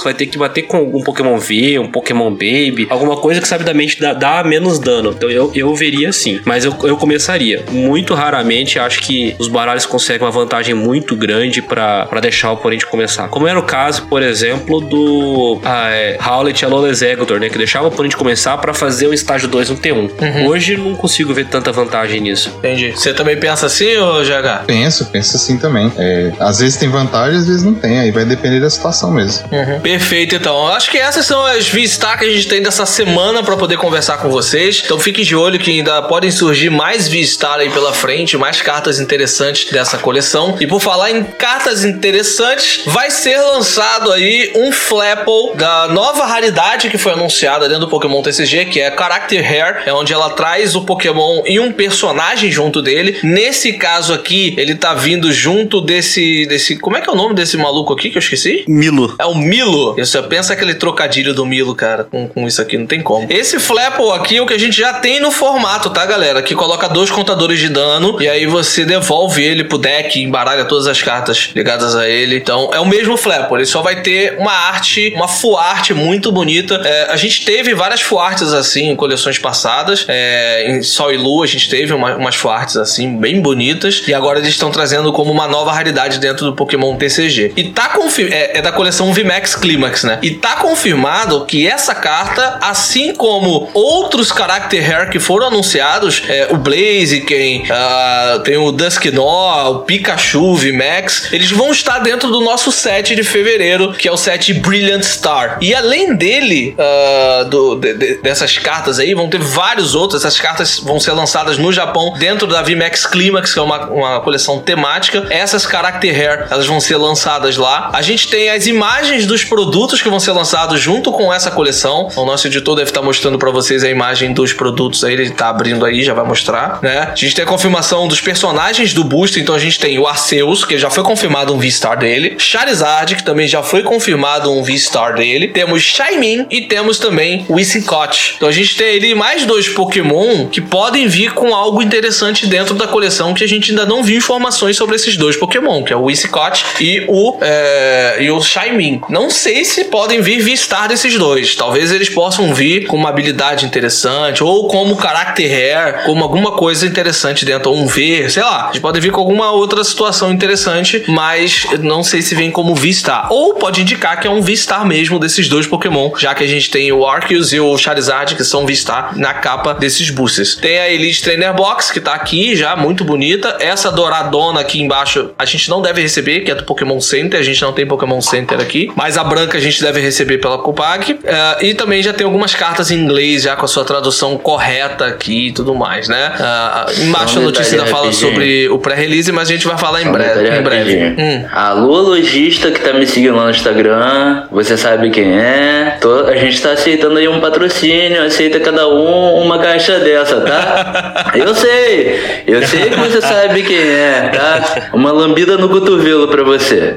bater com algum Pokémon V, um Pokémon Baby, alguma coisa que sabidamente dá, dá menos dano. Então eu, eu veria sim. Mas eu, eu começaria. Muito raramente acho que os baralhos conseguem uma vantagem muito grande pra, pra deixar o oponente começar. Como era o caso, por exemplo, do ah, é, Howlet Alola Exeggutor, né? Que deixava o oponente começar pra fazer o estágio dois no T um. Uhum. Hoje não consigo ver tanta vantagem nisso. Entendi. Você também pensa assim, ô G H? Penso, penso assim também. É, às vezes tem vantagem, às vezes não tem. Aí vai depender da situação mesmo. Uhum. Perfeito, então. Acho que essas são as V-Star que a gente tem dessa semana pra poder conversar com vocês. Então fiquem de olho que ainda podem surgir mais V-Star aí pela frente, mais cartas interessantes dessa coleção. E por falar em cartas interessantes, vai ser lançado aí um Flapple da nova raridade que foi anunciada dentro do Pokémon T C G, que é Character Hair, é onde ela traz o Pokémon e um personagem junto dele. Nesse caso aqui, ele tá vindo junto desse, desse... Como é que é o nome desse maluco aqui que eu esqueci? Milo. É o Milo. Você pensa aquele trocadilho do Milo, cara, com, com isso aqui, não tem como. Esse Flapple aqui é o que a gente já tem no formato, tá, galera? Que coloca dois contadores de dano e aí você devolve ele pro deck, embaralha todas as cartas ligadas a ele. Então, é o mesmo Flapple, ele só vai ter uma arte, uma full art muito bonita. É, a gente teve várias full arts assim em coleções passadas. É, em Sol e Lua a gente teve uma, umas full arts assim, bem bonitas. E agora eles estão trazendo como uma nova raridade dentro do Pokémon T C G. E tá confirmado, é, é da coleção V MAX Climax, né? E tá confirmado que essa carta, assim como outros Character Hair que foram anunciados, é, o Blaziken, uh, tem o Dusknoir, o Pikachu V MAX, eles vão estar dentro do nosso set de fevereiro, que é o set Brilliant Star. E além dele, uh, do, de, de, dessas cartas aí, vão ter vários outros. Essas cartas vão ser lançadas no Japão dentro da V MAX Climax, que é uma, uma coleção temática. Essas Character Hair, elas vão ser lançadas lá. A gente tem as imagens dos produtos que vão ser lançados junto com essa coleção. O nosso editor deve estar mostrando para vocês a imagem dos produtos aí, ele tá abrindo aí, já vai mostrar, né? A gente tem a confirmação dos personagens do booster, então a gente tem o Arceus, que já foi confirmado um V-Star dele, Charizard, que também já foi confirmado um V-Star dele, temos Shaymin e temos também o Whimsicott. Então a gente tem ali mais dois Pokémon que podem vir com algo interessante dentro da coleção, que a gente ainda não viu informações sobre esses dois Pokémon, que é o Whimsicott e o, é, e o Shaymin. Não sei se podem vir V-Star desses dois, talvez eles possam vir com uma habilidade interessante, ou como Character Hair, como alguma coisa interessante dentro, ou um V, sei lá, eles podem vir com alguma outra situação interessante, mas não sei se vem como V-Star, ou pode indicar que é um V-Star mesmo desses dois Pokémon, já que a gente tem o Arceus e o Charizard, que são V-Star na capa desses boosters. Tem a Elite Trainer Box, que tá aqui já, muito bonita. Essa douradona aqui embaixo, a gente não deve receber, que é do Pokémon Center, a gente não tem Pokémon Center aqui, mas a branca a gente deve receber pela Copag. Uh, e também já tem algumas cartas em inglês, já com a sua tradução correta aqui e tudo mais, né? Uh, embaixo a notícia ainda fala sobre o pré-release, mas a gente vai falar em breve. Em breve. Hum. Alô, lojista que tá me seguindo lá no Instagram, você sabe quem é. Tô, a gente tá aceitando aí um patrocínio, aceita cada um uma caixa dessa, tá? Eu sei, eu sei que você sabe quem é, tá? Uma lambida no cotovelo pra você.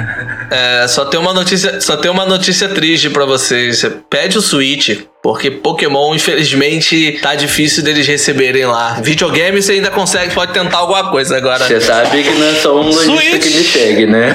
É, só tem uma notícia, só tem uma notícia triste pra vocês. Você pede o Switch, porque Pokémon, infelizmente, tá difícil deles receberem lá. Videogame você ainda consegue, pode tentar alguma coisa agora. Você sabe que não é só um lojista que me segue, né?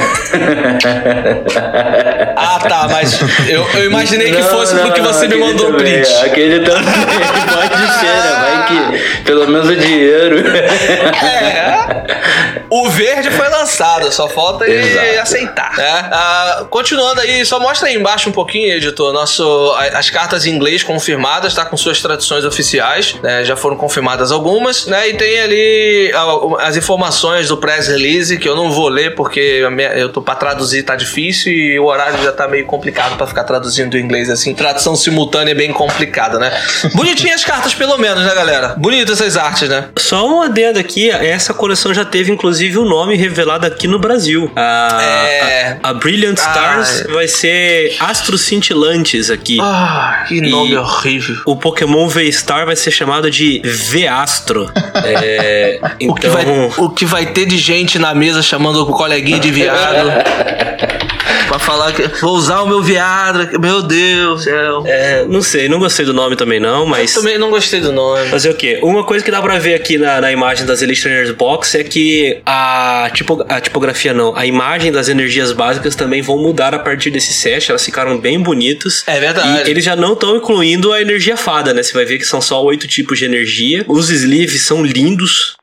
Ah, tá, mas eu, eu imaginei que não, fosse não, porque não, você me mandou o print. Aquele também, pode ser, né? Vai que pelo menos o dinheiro. É, o verde foi lançado, só falta ele aceitar, né? Ah, continuando aí, só mostra aí embaixo um pouquinho, editor, nosso, as cartas em inglês confirmadas, tá com suas traduções oficiais, né? Já foram confirmadas algumas, né? E tem ali as informações do press release, que eu não vou ler porque eu tô pra traduzir, tá difícil e o horário já tá meio complicado pra ficar traduzindo do inglês assim. Tradução simultânea é bem complicada, né? Bonitinhas as cartas pelo menos, né, galera? Bonitas essas artes, né? Só um adendo aqui, essa coleção já teve inclusive o um nome revelado aqui no Brasil. A, é... a, a Brilliant Stars ah, vai ser Astros Cintilantes aqui. Ah, que nome horrível. O Pokémon V-Star vai ser chamado de V-Astro. É, então... o, que vai, o que vai ter de gente na mesa chamando o coleguinha de viado. Pra falar que vou usar o meu Viagra. Meu Deus do céu. É, não sei, não gostei do nome também não, mas... Eu também não gostei do nome. Fazer o quê? Uma coisa que dá pra ver aqui na, na imagem das Elite Trainers Box é que a, tipo, a tipografia não, a imagem das energias básicas também vão mudar a partir desse set, elas ficaram bem bonitas. É verdade. E eles já não estão incluindo a energia fada, né? Você vai ver que são só oito tipos de energia. Os sleeves são lindos.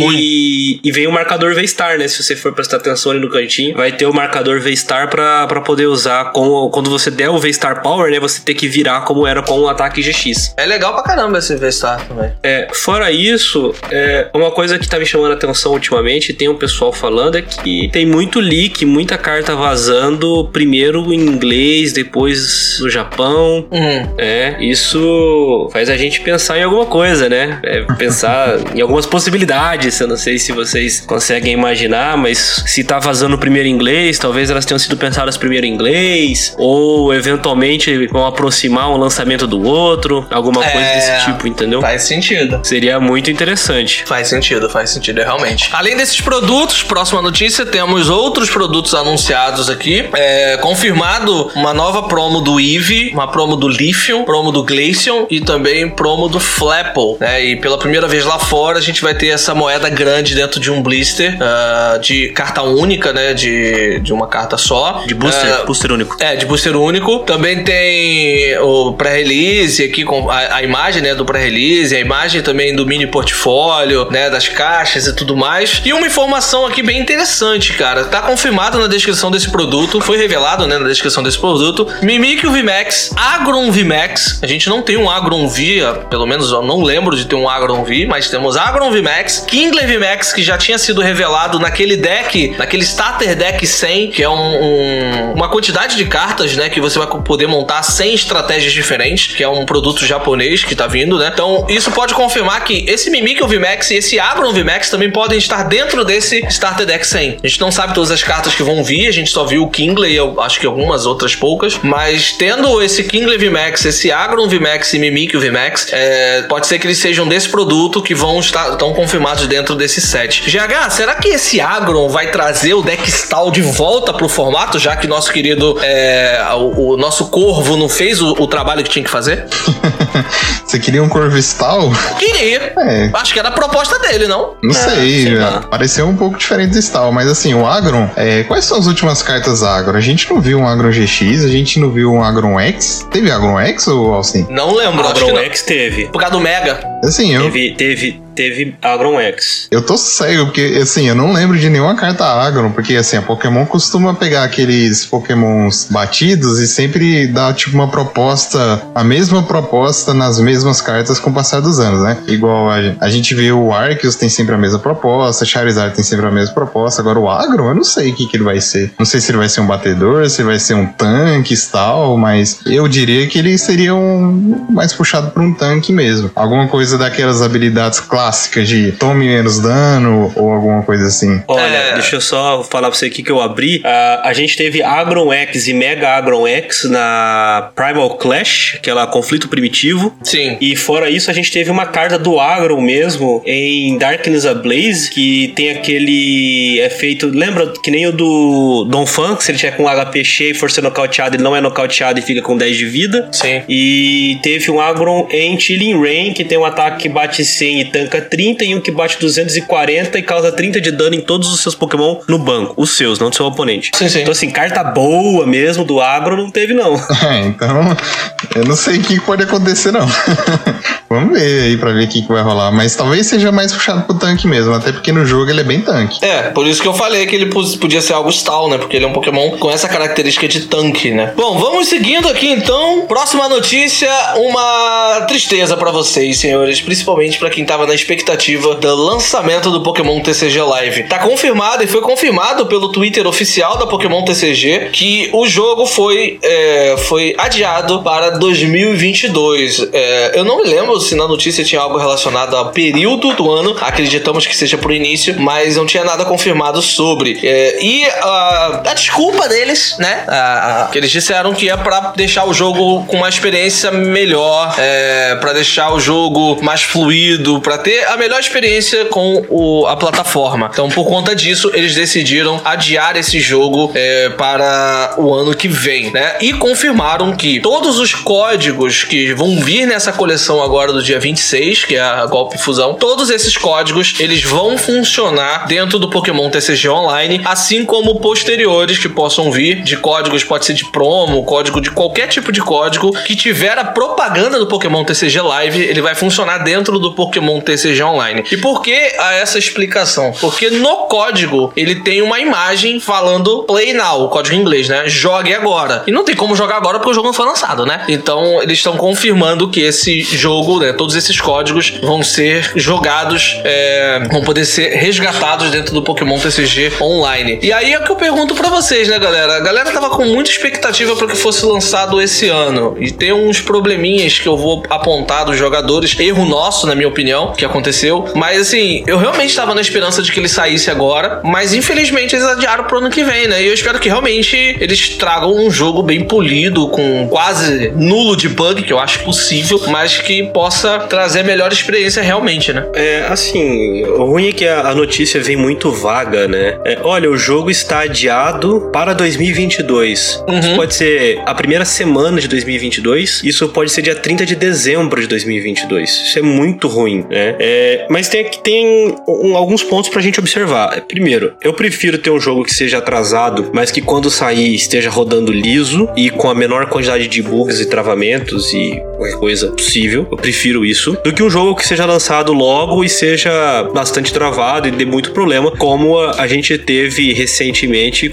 E, e vem o marcador V-Star, né? Se você for prestar atenção ali no cantinho, vai ter o marcador V-Star pra, pra poder usar com, quando você der o V-Star Power, né? Você ter que virar como era com o ataque G X. É legal pra caramba esse V-Star também. É, fora isso, é, uma coisa que tá me chamando a atenção ultimamente, tem um pessoal falando, é que tem muito leak, muita carta vazando, primeiro em inglês, depois no Japão. Uhum. É, isso faz a gente pensar em alguma coisa, né? É, pensar em algumas possibilidades. Eu não sei se vocês conseguem imaginar, mas se tá vazando primeiro em inglês, talvez elas tenham sido pensadas primeiro em inglês, ou eventualmente vão aproximar um lançamento do outro, alguma coisa é, desse tipo, entendeu? Faz sentido. Seria muito interessante. Faz sentido, faz sentido, realmente. Além desses produtos, próxima notícia, temos outros produtos anunciados aqui. É, confirmado uma nova promo do Eevee, uma promo do Lithium, promo do Glaceon e também promo do Flapple, né? E pela primeira vez lá fora a gente vai ter essa moeda grande dentro de um blister uh, de carta única, né? De, de uma carta só. De booster, uh, booster único. É, de booster único. Também tem o pré-release aqui com a, a imagem, né? Do pré-release, a imagem também do mini portfólio, né? Das caixas e tudo mais. E uma informação aqui bem interessante, cara. Tá confirmado na descrição desse produto, foi revelado, né? Na descrição desse produto. Mimikyu V MAX, Agron V MAX. A gente não tem um Agron V, pelo menos eu não lembro de ter um Agron V, mas temos Agron V MAX, Kingler V MAX, que já tinha sido revelado naquele deck, naquele Starter Deck cem, que é um, um, uma quantidade de cartas, né, que você vai poder montar cem estratégias diferentes, que é um produto japonês que tá vindo, né? Então, isso pode confirmar que esse Mimikyu V MAX e esse Agron V MAX também podem estar dentro desse Starter Deck cem. A gente não sabe todas as cartas que vão vir, a gente só viu o Kingler e eu acho que algumas outras poucas, mas tendo esse Kingler V MAX, esse Agron V MAX e Mimikyu V MAX, é, pode ser que eles sejam desse produto que vão estar tão confirmados dentro desse set. G H, será que esse Agron vai trazer o deck Stall de volta pro formato, já que nosso querido é, o, o nosso Corvo não fez o, o trabalho que tinha que fazer? Você queria um Corvo Stall? Queria. É. Acho que era a proposta dele, não? Não sei, sei pareceu um pouco diferente do Stall, mas assim, o Agron, é, quais são as últimas cartas Agron? A gente não viu um Agron G X, a gente não viu um Agron X. Teve Agron X ou Alcin? Não lembro, acho que Agron não. X teve. Por causa do Mega. Assim, eu... Teve, teve, teve Agron X. Eu tô cego, porque, assim, eu não lembro de nenhuma carta Agron, porque, assim, a Pokémon costuma pegar aqueles Pokémons batidos e sempre dar, tipo, uma proposta, a mesma proposta nas mesmas cartas com o passar dos anos, né? Igual a, a gente vê o Arceus tem sempre a mesma proposta, Charizard tem sempre a mesma proposta, agora o Agron, eu não sei o que que ele vai ser. Não sei se ele vai ser um batedor, se ele vai ser um tanque, tal, mas eu diria que ele seria um mais puxado pra um tanque mesmo. Alguma coisa daquelas habilidades clássicas de tome menos dano ou alguma coisa assim. Olha, É. deixa eu só falar pra você aqui que eu abri. Uh, a gente teve Agron X e Mega Agron X na Primal Clash, aquela conflito primitivo. Sim. E fora isso, a gente teve uma carta do Agron mesmo em Darkness Ablaze, que tem aquele efeito. Lembra que nem o do Donphan, que se ele tiver com H P cheio e for ser nocauteado, ele não é nocauteado e fica com dez de vida. Sim. E teve um Agron em Chilling Rain, que tem um ataque que bate cem e tanca trinta, e um que bate duzentos e quarenta e causa trinta de dano em todos os seus Pokémon no banco. Os seus, não do seu oponente. Sim, sim. Então, assim, carta boa mesmo do Agro não teve, não. É, então, eu não sei o que pode acontecer, não. Vamos ver aí pra ver o que, que vai rolar. Mas talvez seja mais puxado pro tanque mesmo, até porque no jogo ele é bem tanque. É, por isso que eu falei que ele podia ser algo Stall, né? Porque ele é um Pokémon com essa característica de tanque, né? Bom, vamos seguindo aqui então. Próxima notícia, uma tristeza pra vocês, senhores. Principalmente pra quem tava na expectativa do lançamento do Pokémon T C G Live. Tá confirmado e foi confirmado pelo Twitter oficial da Pokémon T C G que o jogo foi, é, foi adiado para dois mil e vinte e dois. É, eu não me lembro se na notícia tinha algo relacionado ao período do ano, acreditamos que seja pro início, mas não tinha nada confirmado sobre. É, e a, a desculpa deles, né, a, a, que eles disseram que é pra deixar o jogo com uma experiência melhor, é, pra deixar o jogo mais fluido, pra ter a melhor experiência com o, a plataforma. Então, por conta disso, eles decidiram adiar esse jogo é, para o ano que vem, né? E confirmaram que todos os códigos que vão vir nessa coleção agora do dia vinte e seis, que é a Golpe Fusão, todos esses códigos, eles vão funcionar dentro do Pokémon T C G Online, assim como posteriores que possam vir de códigos, pode ser de promo, código de qualquer tipo de código que tiver a propaganda do Pokémon T C G Live, ele vai funcionar dentro do Pokémon T C G Online. E por que a essa explicação? Porque no código ele tem uma imagem falando Play Now, o código em inglês, né? Jogue agora. E não tem como jogar agora porque o jogo não foi lançado, né? Então eles estão confirmando que esse jogo, né, todos esses códigos vão ser jogados, é, vão poder ser resgatados dentro do Pokémon T C G Online. E aí é o que eu pergunto pra vocês, né, galera? A galera tava com muita expectativa para que fosse lançado esse ano. E tem uns probleminhas que eu vou apontar dos jogadores, erro nosso, na minha opinião, que aconteceu. Mas assim, eu realmente tava na esperança de que ele saísse agora, mas infelizmente eles adiaram pro ano que vem, né? E eu espero que realmente eles tragam um jogo bem polido, com quase nulo de bug, que eu acho possível, mas que possa trazer a melhor experiência realmente, né? É, assim, o ruim é que a, a notícia vem muito vaga, né? É, olha, o jogo está adiado para dois mil e vinte e dois. Uhum. Isso pode ser a primeira semana de dois mil e vinte e dois, isso pode ser dia trinta de dezembro de dois mil e vinte e dois. Isso é muito ruim, né? É, mas tem, tem um, alguns pontos pra gente observar. Primeiro, eu prefiro ter um jogo que seja atrasado, mas que quando sair esteja rodando liso e com a menor quantidade de bugs e travamentos e qualquer coisa possível. Eu prefiro isso, do que um jogo que seja lançado logo e seja bastante travado e dê muito problema, como a, a gente teve recentemente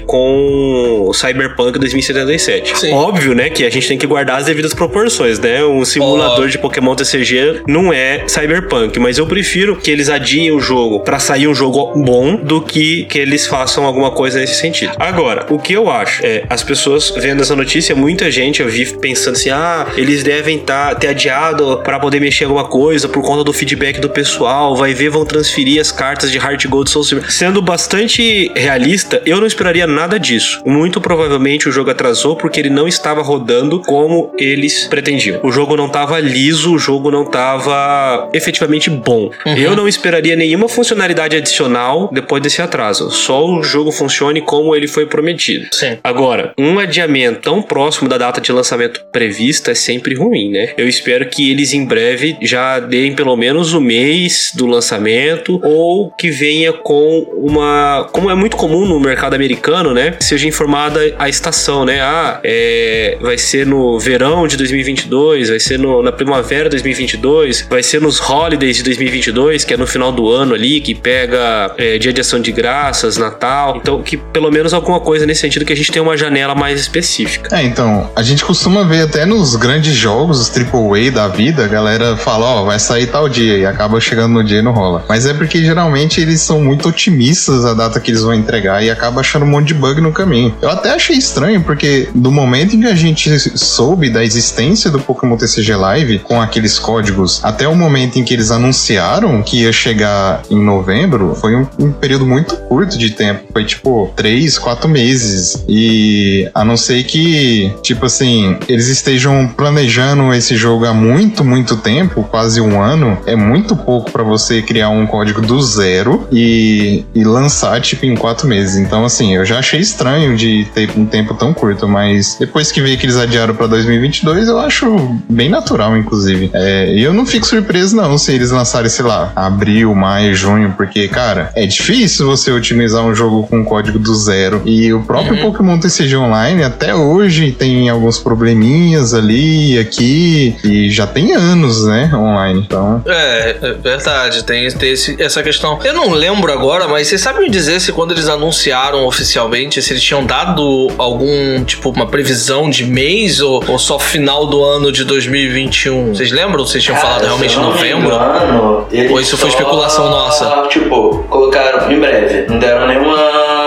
com o Cyberpunk dois mil e setenta e sete. Sim. Óbvio, né, que a gente tem que guardar as devidas proporções, né? Um simulador oh. de Pokémon T C G não é Cyberpunk, mas eu prefiro que eles adiem o jogo pra sair um jogo bom do que que eles façam alguma coisa nesse sentido. Agora, o que eu acho é, as pessoas vendo essa notícia, muita gente eu vi pensando assim, ah, eles devem tá, ter adiado pra poder mexer em alguma coisa por conta do feedback do pessoal, vai ver, vão transferir as cartas de Heart Gold Soul Silver. Sendo bastante realista, eu não esperaria nada disso. Muito provavelmente o jogo atrasou porque ele não estava rodando como eles pretendiam. O jogo não estava liso, o jogo não estava efetivamente bom. Uhum. Eu não esperaria nenhuma funcionalidade adicional depois desse atraso. Só o jogo funcione como ele foi prometido. Sim. Agora, um adiamento tão próximo da data de lançamento prevista é sempre ruim, né? Eu espero que eles em breve já deem pelo menos o mês do lançamento, ou que venha com uma... Como é muito comum no mercado americano, né? Seja informada a estação, né? Ah, é... vai ser no verão de dois mil e vinte e dois, vai ser no... na primavera de dois mil e vinte e dois, vai ser nos holidays de dois mil e vinte e dois, que é no final do ano ali, que pega é, dia de ação de graças, Natal. Então, que pelo menos alguma coisa nesse sentido, que a gente tenha uma janela mais específica. É, então, a gente costuma ver até nos grandes jogos, os triple A da vida, a galera fala, ó, oh, vai sair tal dia, e acaba chegando no dia e não rola. Mas é porque geralmente eles são muito otimistas a data que eles vão entregar e acaba achando um monte de bug no caminho. Eu até achei estranho, porque do momento em que a gente soube da existência do Pokémon T C G Live, com aqueles códigos, até o momento em que eles anunciaram que ia chegar em novembro, foi um, um período muito curto de tempo. Foi tipo três, quatro meses. E a não ser que, tipo assim, eles estejam planejando esse jogo há muito, muito tempo, quase um ano, é muito pouco pra você criar um código do zero e, e lançar, tipo, em quatro meses. Então, assim, eu já achei estranho de ter um tempo tão curto, mas depois que veio que eles adiaram pra dois mil e vinte e dois, eu acho bem natural, inclusive. É, e eu não fico surpreso, não, se eles lançarem, sei lá, abril, maio, junho, porque, cara, é difícil você otimizar um jogo com um código do zero. E o próprio uhum. Pokémon T C G Online, até hoje, tem alguns probleminhas ali e aqui, e já tem anos, né, online, então... É, é verdade, tem, tem esse, essa questão. Eu não lembro agora, mas vocês sabem me dizer se quando eles anunciaram oficialmente, se eles tinham dado algum, tipo, uma previsão de mês ou, ou só final do ano de dois mil e vinte e um? Vocês lembram? Vocês tinham Cara, falado realmente em novembro? Engano, ou isso foi especulação nossa? Tipo, colocaram em breve, não deram nenhuma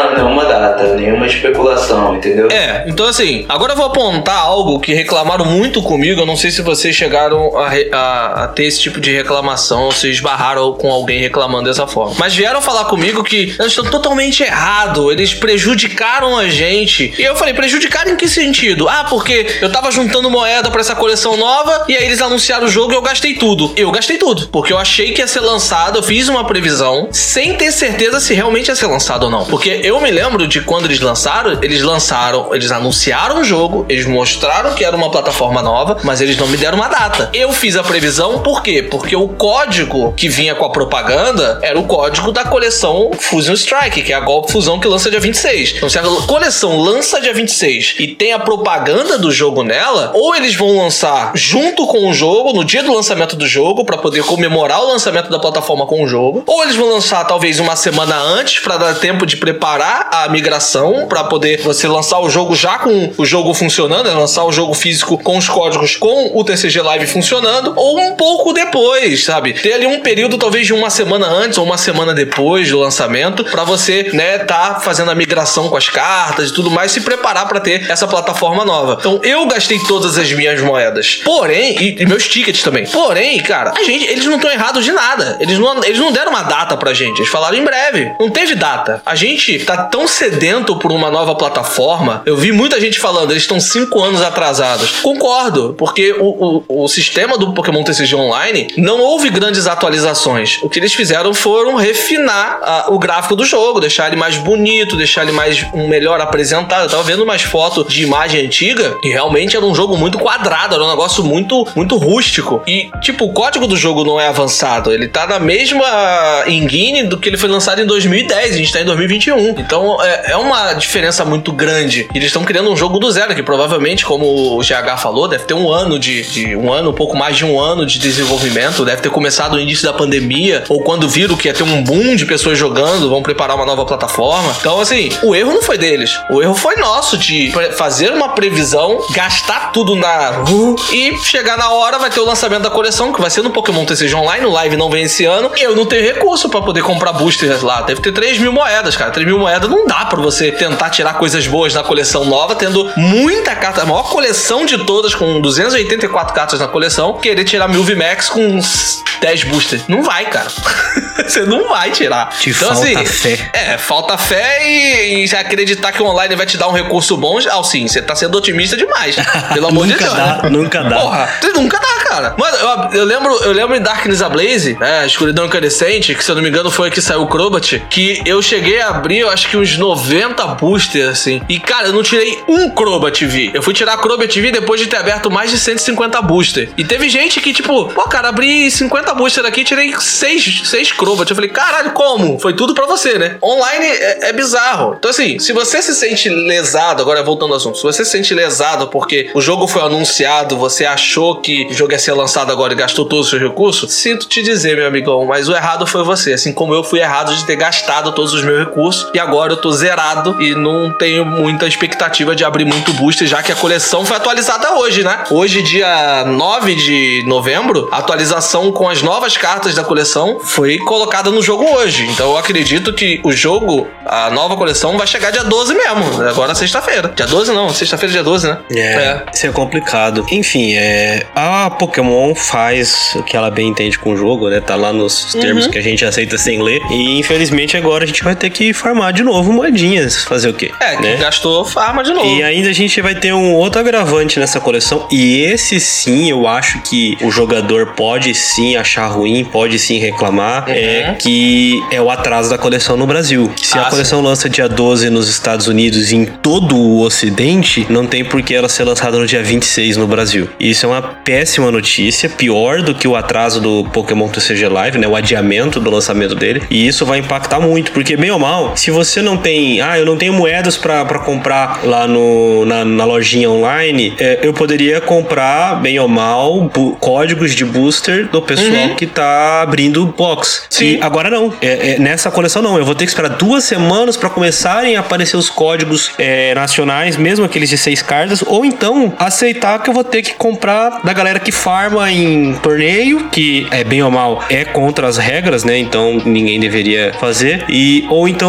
nenhuma, nenhuma data, nenhuma especulação, entendeu? É, então assim, agora eu vou apontar algo que reclamaram muito comigo. Eu não sei se vocês chegaram a, a, a ter esse tipo de reclamação, se esbarraram com alguém reclamando dessa forma. Mas vieram falar comigo que eles estão totalmente errados, eles prejudicaram a gente. E eu falei, prejudicaram em que sentido? Ah, porque eu tava juntando moeda pra essa coleção nova e aí eles anunciaram o jogo e eu gastei tudo. Eu gastei tudo, porque eu achei que ia ser lançado, eu fiz uma previsão sem ter certeza se realmente ia ser lançado ou não. Porque eu me lembro de quando eles lançaram, eles lançaram, eles anunciaram o jogo, eles mostraram que era uma plataforma nova, mas eles não me deram uma data. Eu fiz a previsão, por quê? Porque o código que vinha com a propaganda era o código da coleção Fusion Strike, que é a Golpe Fusão que lança dia vinte e seis. Então se a coleção lança dia vinte e seis e tem a propaganda do jogo nela, ou eles vão lançar junto com o jogo, no dia do lançamento do jogo, pra poder comemorar o lançamento da plataforma com o jogo, ou eles vão lançar talvez uma semana antes pra dar tempo de preparar a migração, pra poder você lançar o jogo já com o jogo funcionando, né? Lançar o jogo físico com os códigos com o T C G Live funcionando, ou um pouco depois, sabe? Ter ali um período talvez de uma semana antes ou uma semana depois do lançamento, pra você, né, tá fazendo a migração com as cartas e tudo mais, se preparar pra ter essa plataforma nova. Então eu gastei todas as minhas moedas, porém, e, e meus tickets também, porém, cara, a gente, eles não estão errados de nada, eles não, eles não deram uma data pra gente, eles falaram em breve, não teve data. A gente tá tão sedento por uma nova plataforma, eu vi muita gente falando, eles estão cinco anos atrasados. Concordo, porque o, o, o sistema do Pokémon T C G Online não houve grandes atualizações. O que eles fizeram foram refinar uh, o gráfico do jogo, deixar ele mais bonito, deixar ele mais um melhor apresentado. Eu tava vendo umas fotos de imagem antiga e realmente era um jogo muito quadrado, era um negócio muito, muito rústico. E, tipo, o código do jogo não é avançado, ele tá na mesma engine do que ele foi lançado em dois mil e dez, a gente tá em dois mil e vinte e um. Então é, é uma diferença muito grande. Eles estão criando um jogo do zero, que provavelmente, como o G H falou, deve ter um ano de, de um ano, um pouco mais de um ano de desenvolvimento, deve ter começado no início da pandemia, ou quando viram que ia ter um boom de pessoas jogando, vão preparar uma nova plataforma. Então, assim, o erro não foi deles, o erro foi nosso de fazer uma previsão, gastar tudo na rua e chegar na hora, vai ter o lançamento da coleção, que vai ser no Pokémon T C G Online, o live não vem esse ano, e eu não tenho recurso pra poder comprar boosters lá, deve ter três mil moedas, cara, três mil moedas não dá pra você tentar tirar coisas boas na coleção nova, tendo muita carta, a maior coleção de todas, com duzentas e oitenta e quatro cartas na coleção, querer tirar mil V MAX com dez boosters. Não vai, cara. Você não vai tirar. Te então, falta assim, fé. É, falta fé e, e acreditar que o online vai te dar um recurso bom. Ah, sim, você tá sendo otimista demais. Pelo amor de Deus. Nunca dá, nunca dá. Porra, nunca dá, cara. Mano, eu, eu lembro, eu lembro em Darkness Ablaze, né, a Escuridão Incandescente, que se eu não me engano foi a que saiu o Crobat, que eu cheguei a abrir, eu acho que uns noventa boosters, assim. E, cara, eu não tirei um Crobat V. Eu fui tirar Crobat V depois de ter aberto mais de cento e cinquenta boosters. E teve gente que, tipo, pô, cara, abri cinquenta boosters aqui e tirei seis Crobat. Eu falei, caralho, como? Foi tudo pra você, né? Online é, é bizarro. Então, assim, se você se sente lesado, agora voltando ao assunto, se você se sente lesado porque o jogo foi anunciado, você achou que o jogo ia ser lançado agora e gastou todos os seus recursos, sinto te dizer, meu amigão, mas o errado foi você. Assim como eu fui errado de ter gastado todos os meus recursos e agora eu tô zerado e não tenho muita expectativa de abrir muito booster, já que a coleção foi atualizada hoje, né? Hoje, dia nove de novembro, a atualização com as novas cartas da coleção foi colocada no jogo hoje. Então eu acredito que o jogo, a nova coleção, vai chegar dia doze mesmo. Agora sexta-feira. Dia doze não, sexta-feira dia doze, né? É, é, isso é complicado. Enfim, é, a Pokémon faz o que ela bem entende com o jogo, né? Tá lá nos termos uhum. que a gente aceita sem ler. E infelizmente agora a gente vai ter que farmar de novo moedinhas. Fazer o quê? É, né? que gastou, farma de novo. E ainda a gente vai ter um outro agravante nessa coleção. E esse sim, eu acho que o jogador pode sim achar ruim, pode sim reclamar. Uhum. É que é o atraso da coleção no Brasil. Se ah, a coleção sim. lança dia doze nos Estados Unidos e em todo o Ocidente, não tem por que ela ser lançada no dia vinte e seis no Brasil. Isso é uma péssima notícia, pior do que o atraso do Pokémon T C G Live, né? O adiamento do lançamento dele. E isso vai impactar muito, porque bem ou mal, se você não tem, ah, eu não tenho moedas pra, pra comprar lá no, na, na lojinha online, é, eu poderia comprar, bem ou mal, bu- códigos de booster do pessoal uhum. que tá abrindo box. Sim. E agora não. É, é, nessa coleção não. Eu vou ter que esperar duas semanas pra começarem a aparecer os códigos é, nacionais, mesmo aqueles de seis cartas, ou então aceitar que eu vou ter que comprar da galera que farma em torneio, que é bem ou mal é contra as regras, né? Então ninguém deveria fazer. E, ou então comprar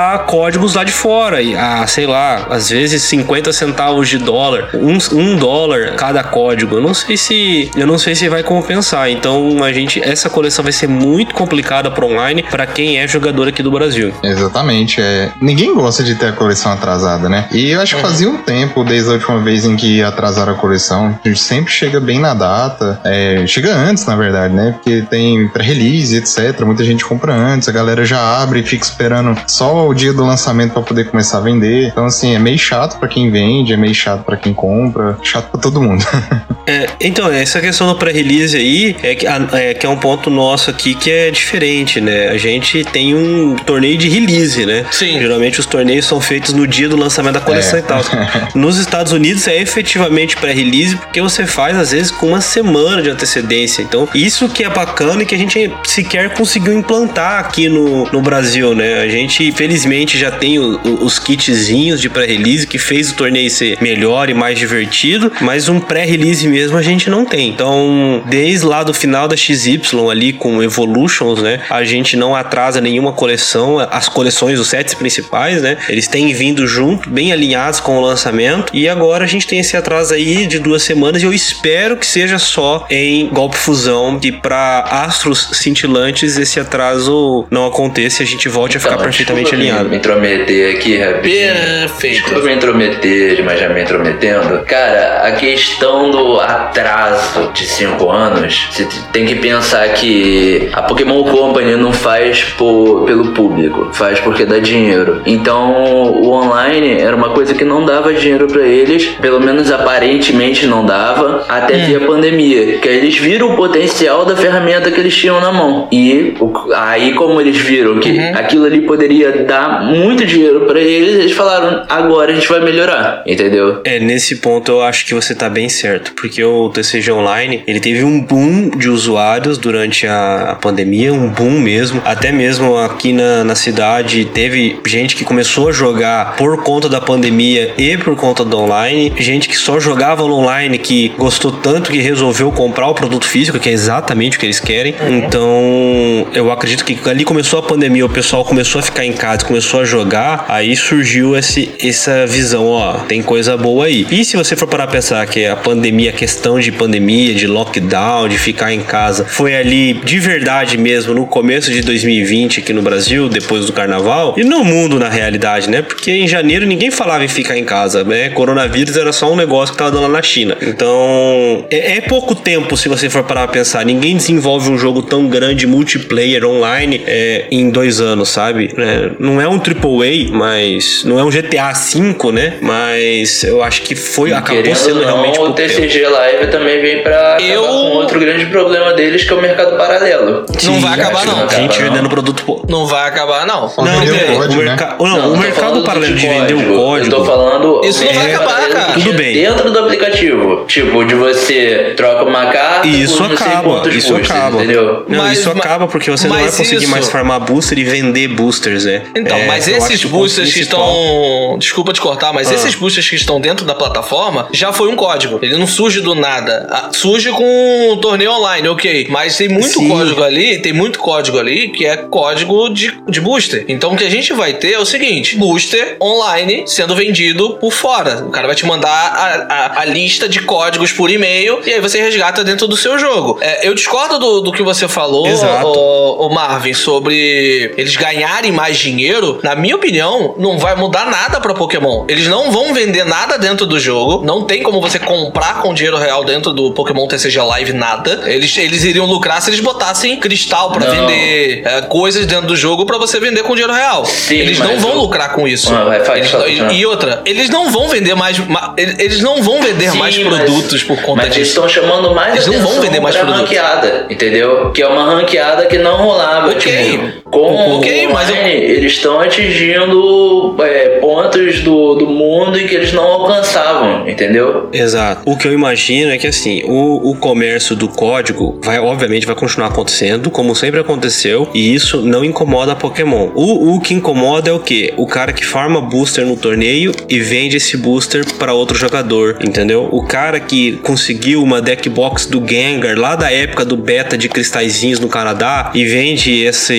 comprar códigos lá de fora, e a, sei lá, às vezes cinquenta centavos de dólar, um, um dólar cada código. Eu não sei se eu não sei se vai compensar. Então a gente, essa coleção vai ser muito complicada para online para quem é jogador aqui do Brasil. Exatamente, é. Ninguém gosta de ter a coleção atrasada, né? E eu acho que fazia um tempo desde a última vez em que atrasaram a coleção. A gente sempre chega bem na data, é, chega antes, na verdade, né? Porque tem pré-release, etcétera. Muita gente compra antes, a galera já abre e fica esperando só o dia do lançamento para poder começar a vender. Então, assim, é meio chato para quem vende, é meio chato para quem compra, chato para todo mundo. É, então, essa questão do pré-release aí é que, é que é um ponto nosso aqui que é diferente, né? A gente tem um torneio de release, né? Sim. Geralmente os torneios são feitos no dia do lançamento da coleção é. e tal. Nos Estados Unidos é efetivamente pré-release porque você faz, às vezes, com uma semana de antecedência. Então, isso que é bacana e que a gente sequer conseguiu implantar aqui no, no Brasil, né? A gente, felizmente, já tem o, o, os kitzinhos de pré-release que fez o torneio ser melhor e mais divertido, mas um pré-release mesmo a gente não tem. Então, desde lá do final da X Y ali com Evolutions, né? A gente não atrasa nenhuma coleção, as coleções, os sets principais, né? Eles têm vindo junto, bem alinhados com o lançamento, e agora a gente tem esse atraso aí de duas semanas e eu espero que seja só em Golpe Fusão, que para astros cintilantes esse atraso não aconteça e a gente volte então, a ficar perfeitamente desculpa alinhado. Me intrometer aqui, rapidinho. Perfeito. Desculpa me intrometer, mas já me intrometendo. Cara, a questão do atraso de cinco anos, você tem que pensar que a Pokémon Company não faz por, pelo público, faz porque dá dinheiro. Então, o online era uma coisa que não dava dinheiro pra eles, pelo menos aparentemente não dava, até hum. vir a pandemia. Que aí eles viram o potencial da ferramenta que eles tinham na mão. E o, aí, como eles viram que uhum. aquilo ali poderia dar muito dinheiro pra eles, eles falaram, agora a gente vai melhorar, entendeu? É, nesse ponto eu acho que você tá bem certo, porque o T C G Online, ele teve um boom de usuários durante a, a pandemia, um boom mesmo, até mesmo aqui na, na cidade teve gente que começou a jogar por conta da pandemia e por conta do online, gente que só jogava no online, que gostou tanto que resolveu comprar o produto físico, que é exatamente o que eles querem. Uhum. Então, eu acredito que ali começou a pandemia, o pessoal começou a ficar em casa, começou a jogar, aí surgiu esse, essa visão, ó, tem coisa boa aí. E se você for parar a pensar que a pandemia, a questão de pandemia, de lockdown, de ficar em casa, foi ali de verdade mesmo no começo de dois mil e vinte aqui no Brasil, depois do carnaval, e no mundo na realidade, né? Porque em janeiro ninguém falava em ficar em casa, né? Coronavírus era só um negócio que tava dando lá na China. Então, é, é pouco tempo se você for parar a pensar. Ninguém desenvolve um jogo tão grande, multiplayer, online, é, em dois anos, sabe? É, não é um triple A, mas não é um G T A cinco, né? Mas eu acho que foi, acabou Querendo sendo não, realmente o T C G tempo. Live também vem pra eu... acabar com outro grande problema deles, que é o mercado paralelo. Sim, não vai acabar, não. A gente vendendo produto... Pô. Não vai acabar, não. Não, não, o, o, merca... não, não, o mercado paralelo de vender o código... Eu tô falando... Isso não vai acabar, cara. Tudo bem. Dentro do aplicativo. Tipo, de você troca uma carta... Isso acaba, isso boosters, acaba. Entendeu? Não, mas, isso mas, acaba porque você não vai conseguir isso... mais farmar booster e vender boosters, né? Então, é, mas esses que boosters que estão... Desculpa te cortar, mas ah. esses boosters que estão dentro da plataforma já foi um código. Ele não surge do nada. Surge com um torneio online, ok. Mas tem muito Sim. código ali, tem muito código ali que é código de, de booster. Então o que a gente vai ter é o seguinte: booster online sendo vendido por fora. O cara vai te mandar a, a, a lista de códigos por e-mail e aí você resgata dentro do seu jogo. É, eu discordo do, do que você falou, o, o Marvin, sobre eles ganharem mais dinheiro. Na minha opinião, não vai mudar nada pra Pokémon. Eles não vão vender nada dentro do jogo. Não tem como você comprar com dinheiro real dentro do Pokémon T C G Live nada. Eles, eles iriam lucrar se eles botassem cristal pra não. vender é, coisas dentro do jogo pra você vender com dinheiro real. Sim, eles não vão eu... lucrar com isso. Ah, vai, vai, eles, vai, vai. E outra, eles não vão vender mais eles não vão vender Sim, mais produtos por conta mas disso. Eles estão chamando mais eles atenção não vão vender mais pra produtos. ranqueada, entendeu? Que é uma ranqueada que não rolava. Ok, tipo, com okay o mas eu... eles estão atingindo é, pontos do, do mundo em que eles não alcançavam, entendeu? Exato. O que eu imagino é que assim, o, o comércio do código vai, obviamente, vai continuar acontecendo, como sempre aconteceu, e isso não incomoda a Pokémon. O, o que incomoda é o quê? O cara que farma booster no torneio e vende esse booster para outro jogador, entendeu? O cara que conseguiu uma deck box do Gengar lá da época do beta de cristalzinhos no Canadá e vende esse, essa deck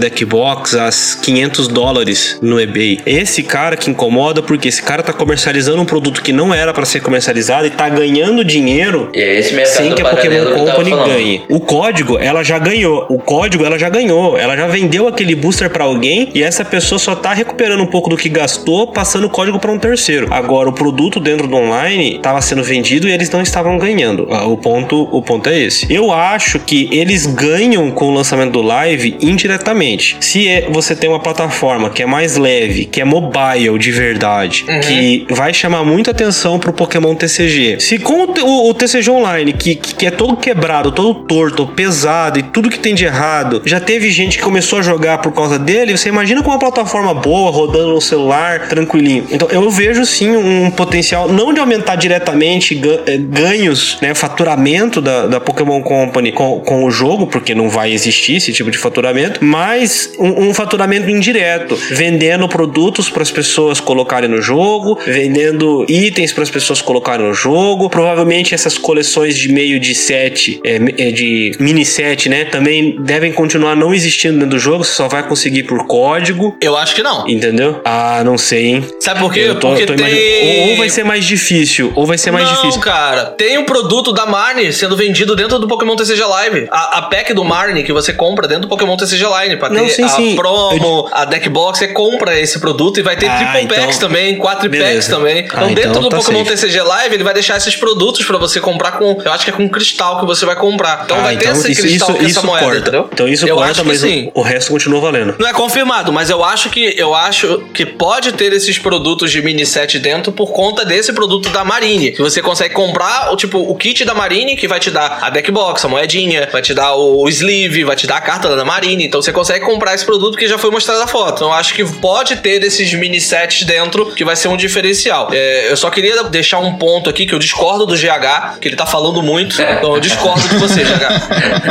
deck box a quinhentos dólares no eBay. Esse cara que incomoda porque esse cara tá comercializando um produto que não era pra ser comercializado e tá ganhando dinheiro E é esse mercado sem que a Pokémon paralelo que eu tava Company falando. ganhe. O código, ela já ganhou. O código, ela já ganhou. Ela já vendeu aquele booster pra alguém e essa pessoa só tá recuperando um pouco do que gastou, passando o código pra um terceiro. Agora, o produto dentro do online tava sendo vendido e eles não estavam ganhando. O ponto, o ponto é esse. Eu acho que eles ganham com o lançamento do Live indiretamente. Se é, você tem uma plataforma que é mais leve, que é mobile de verdade, uhum. que vai chamar muita atenção pro Pokémon T C G. Se com o, o, o T C G Online, que, que é todo quebrado, todo torto, pesado e tudo que tem de errado, já teve gente que começou a jogar por causa dele, você imagina com uma plataforma boa, rodando no celular, tranquilinho. Então eu vejo sim um potencial, não de aumentar diretamente ganhos, né, faturamento da, da Pokémon Company com, com o jogo, porque não vai existir esse tipo de faturamento, mas um, um faturamento indireto, vendendo produtos para as pessoas colocarem no jogo, vendendo itens para as pessoas colocarem no jogo. Provavelmente essas coleções de meio de set, é, de mini set, né, também devem continuar não existindo dentro do jogo, você só vai conseguir por código. Eu acho que não. Entendeu? Ah, não sei, hein? Sabe por quê? Eu tô, Porque tô tem... Ou, ou vai ser mais difícil, ou vai ser mais não, difícil. Não, cara. Tem um produto da Marnie sendo vendido dentro do Pokémon T C G Live. A, a pack do Marnie que você compra dentro do Pokémon T C G Live. Pra não, ter sim, a sim. promo, a deck box, você compra esse produto e vai ter ah, triple então... packs também, quatro Beleza. packs também. Então, ah, dentro então do tá Pokémon safe. T C G Live, ele vai deixar esses produtos pra você comprar com... Eu acho que é com cristal que você vai comprar. Então ah, vai então ter esse isso, cristal isso, com isso essa moeda, corta. entendeu? Então isso eu corta, acho que mas sim. O, o resto continua valendo. Não é confirmado, mas eu acho que eu acho que pode ter esses produtos de mini set dentro por conta desse produto da Marine. Que você consegue comprar, tipo, o kit da Marine, que vai te dar a deck box, a moedinha, vai te dar o sleeve, vai te dar a carta da Marine. Então você consegue comprar esse produto que já foi mostrado na foto. Então eu acho que pode ter esses mini sets dentro, que vai ser um diferencial. É, eu só queria deixar um ponto aqui que eu discordo do G H, que ele tá falando muito. Então eu discordo de você, G H.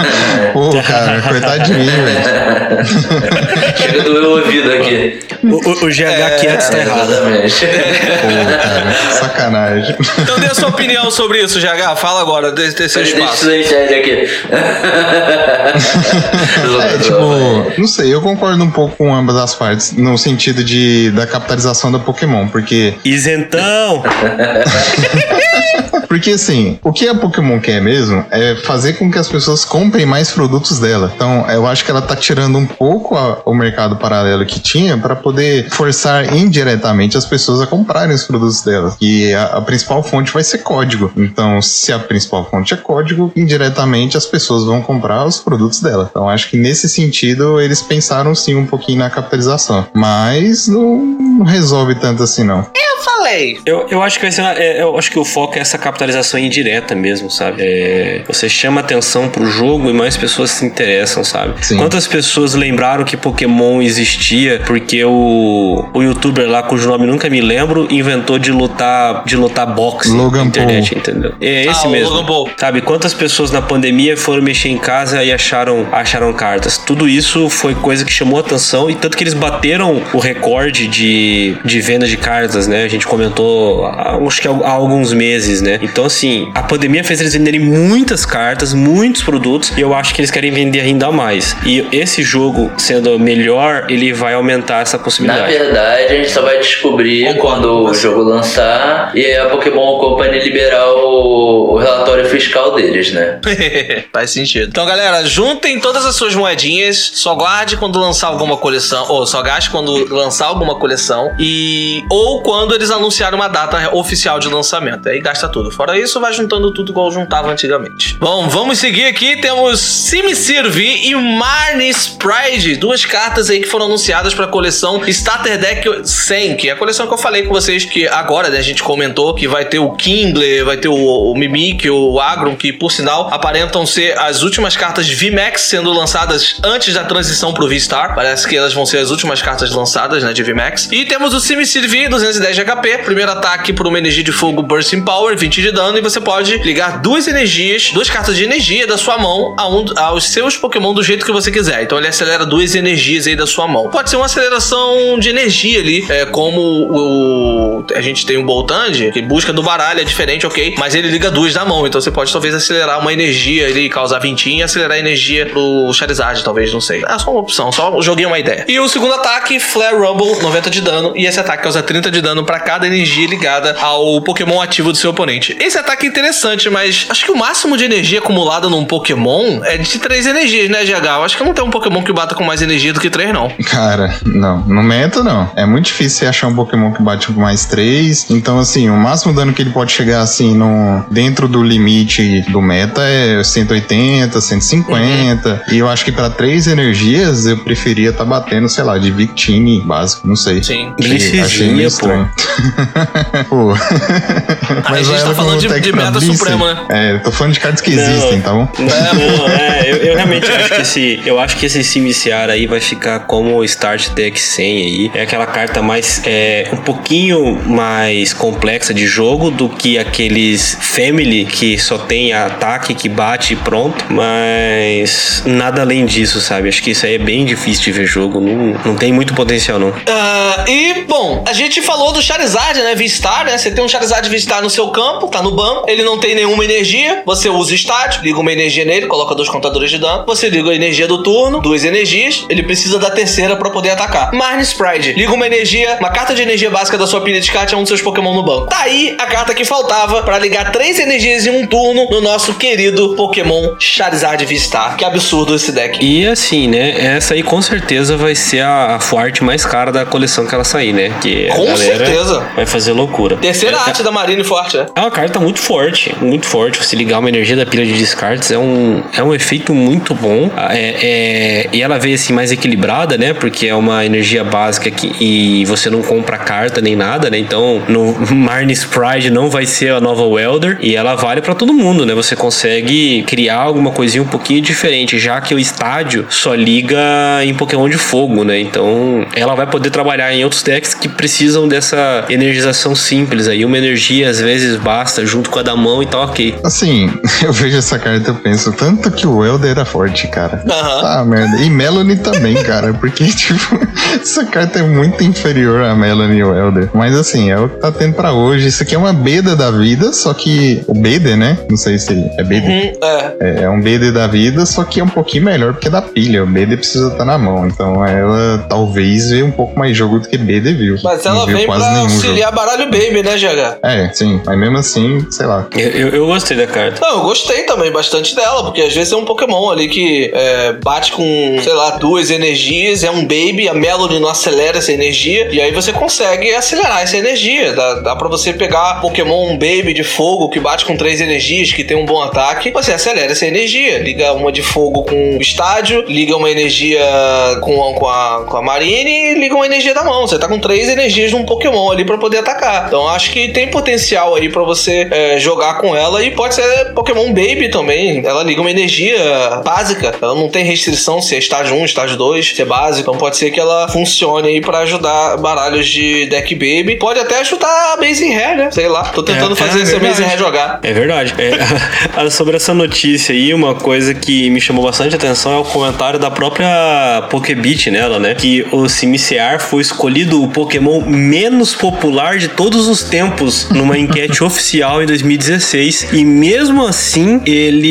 Pô, cara, coitado de mim, velho. Chega do meu ouvido aqui. O, o, o G H é, quieto está errado. Exatamente. Pô, cara, sacanagem. Então dê a sua opinião sobre isso, G H. Fala agora, dê, dê seu espaço. Deixa eu deixar ele aqui. É, tipo, não sei, eu concordo um pouco com ambas as partes, no sentido de, da capitalização da Pokémon, porque... Isentão! Porque assim, o que a Pokémon quer mesmo é fazer com que as pessoas comprem mais produtos dela. Então, eu acho que ela tá tirando um pouco a, o mercado paralelo que tinha para poder forçar indiretamente as pessoas a comprarem os produtos dela. E a, a principal fonte vai ser código. Então, se a principal fonte é código, indiretamente as pessoas vão comprar os produtos dela. Então, acho que nesse sentido, eles pensaram sim um pouquinho na capitalização. Mas não, não resolve tanto assim, não. Eu falei. Eu, eu acho que vai ser uma, é, eu acho que o foco é essa capitalização indireta mesmo, sabe? É, você chama atenção pro jogo e mais pessoas se interessam, sabe? Sim. Quantas pessoas lembraram que Pokémon existia porque o, o youtuber lá, cujo nome nunca me lembro, inventou de lutar de lutar boxe Logan na internet, Paul. entendeu? É esse ah, mesmo. Logan Paul. Sabe? Quantas pessoas na pandemia foram mexer em casa e acharam, acharam cartas? Tudo isso foi coisa que chamou atenção e tanto que eles bateram o recorde de, de venda de cartas, né? A gente comentou acho que há alguns meses, né? Então, assim, a pandemia fez eles venderem muitas cartas, muitos produtos, e eu acho que eles querem vender ainda mais. E esse jogo, sendo melhor, ele vai aumentar essa possibilidade. Na verdade, a gente só vai descobrir Concordo, quando o jogo lançar e a Pokémon Company liberar o, o relatório fiscal deles, né? Faz sentido. Então, galera, juntem todas as suas moedinhas, só guarde quando lançar alguma coleção, ou só gaste quando lançar alguma coleção, e ou quando eles anunciarem uma data oficial de lançamento. Aí gasta tudo. Fora isso, vai juntando tudo igual juntava antigamente. Bom, vamos seguir aqui. Temos Simisirvi e Marnie's Pride, duas cartas aí que foram anunciadas para a coleção Starter Deck cem, que é a coleção que eu falei com vocês, que agora, né, a gente comentou que vai ter o Kingler, vai ter o, o Mimic, o Agron, que por sinal aparentam ser as últimas cartas de V MAX sendo lançadas antes da transição pro V-Star. Parece que elas vão ser as últimas cartas lançadas, né, de V MAX. E temos o Simisirvi, duzentos e dez de H P, primeiro ataque por uma energia de fogo Bursting Power, vinte de de dano e você pode ligar duas energias, duas cartas de energia da sua mão a um, aos seus Pokémon do jeito que você quiser. Então ele acelera duas energias aí da sua mão. Pode ser uma aceleração de energia ali, é, como o... a gente tem um Boltund, que busca do baralho, é diferente, ok? Mas ele liga duas da mão, então você pode talvez acelerar uma energia ali, causar vintinho e acelerar a energia pro Charizard, talvez, não sei. É só uma opção, só joguei uma ideia. E o segundo ataque, Flare Rumble, noventa de dano, e esse ataque causa trinta de dano pra cada energia ligada ao Pokémon ativo do seu oponente. Esse ataque é interessante, mas acho que o máximo de energia acumulada num Pokémon é de três energias, né, G H? Eu acho que não tem um Pokémon que bata com mais energia do que três, não. Cara, não. No meta, não. É muito difícil você achar um Pokémon que bate com mais três. Então, assim, o máximo dano que ele pode chegar, assim, no, dentro do limite do meta é cento e oitenta, cento e cinquenta. Uhum. E eu acho que pra três energias, eu preferia estar tá batendo, sei lá, de Victini básico, não sei. Sim. Glicizinha, pô. Pô. Mas a gente tá falando de, de meta suprema, né? É, eu tô falando de cartas que não. existem, tá bom? É, não, é, eu, eu realmente acho que esse, eu acho que esse Cimiciar aí vai ficar como o Start Deck cem aí. É aquela carta mais, é, um pouquinho mais complexa de jogo do que aqueles Family que só tem ataque, que bate e pronto, mas nada além disso, sabe? Acho que isso aí é bem difícil de ver jogo, não, não tem muito potencial, não. Uh, e, bom, a gente falou do Charizard, né? V-Star, né? Você tem um Charizard V-Star no seu campo, tá no banco, ele não tem nenhuma energia, você usa o estádio, liga uma energia nele, coloca dois contadores de dano, você liga a energia do turno, duas energias, ele precisa da terceira pra poder atacar. Marnis Pride, liga uma energia, uma carta de energia básica da sua pilha de cartas a um dos seus Pokémon no banco. Tá aí a carta que faltava pra ligar três energias em um turno no nosso querido Pokémon Charizard V-Star. Que absurdo esse deck. E assim, né, essa aí com certeza vai ser a, a forte mais cara da coleção que ela sair, né? Que a com certeza vai fazer loucura. Terceira é, arte é, da Marine forte, né? É uma carta muito forte, muito forte. Você ligar uma energia da pilha de descartes é um, é um efeito muito bom. É, é, e ela veio assim mais equilibrada, né? Porque é uma energia básica que, e você não compra carta nem nada, né? Então no Marnis Pride não vai ser a nova Welder e ela vale pra todo mundo, né? Você consegue criar alguma coisinha um pouquinho diferente, já que o estádio só liga em Pokémon de fogo, né? Então ela vai poder trabalhar em outros decks que precisam dessa energização simples aí. Uma energia às vezes basta junto com a da mão e tá ok. Assim, eu vejo essa carta e eu penso tanto que o Welder era forte, cara. Aham. Ah, merda. E Melanie também, cara. Porque, tipo, essa carta é muito inferior a Melanie e o Welder. Mas assim, é o que tá tendo pra hoje. Isso aqui é uma Beda da vida, só que o Bede, né? Não sei se é Bede. Uhum, é. é. É um Bede da vida, só que é um pouquinho melhor porque é da pilha. O Bede precisa estar na mão. Então ela talvez veja um pouco mais jogo do que Bede viu. Mas ela vem pra auxiliar baralho Baby, né, G H? É, sim. Mas mesmo assim, sei lá. Eu, eu, eu gostei da carta. Não, eu gostei também bastante dela, porque às vezes é um Pokémon ali que é, bate com, sei lá, duas energias, é um Baby, a Melody não acelera essa energia, e aí você consegue acelerar essa energia. Dá, dá pra você pegar Pokémon Baby de fogo que bate com três energias, que tem um bom ataque, você acelera essa energia. Liga uma de fogo com o estádio, liga uma energia com a, com a, com a Marine e liga uma energia da mão. Você tá com três energias num Pokémon ali pra poder atacar. Então acho que tem potencial aí pra você é, jogar com ela, e pode ser Pokémon Baby também. Ela liga uma energia básica, ela não tem restrição se é estágio um, estágio dois, se é básico. Então pode ser que ela funcione aí pra ajudar baralhos de deck Baby. Pode até ajudar a Amazing Hair, né? Sei lá, tô tentando é, fazer é esse Amazing Hair jogar. É verdade. É, sobre essa notícia aí, uma coisa que me chamou bastante atenção é o comentário da própria Pokébit nela, né? Que o Cimiciar foi escolhido o Pokémon menos popular de todos os tempos numa enquete oficial em dois mil e dezesseis, e mesmo assim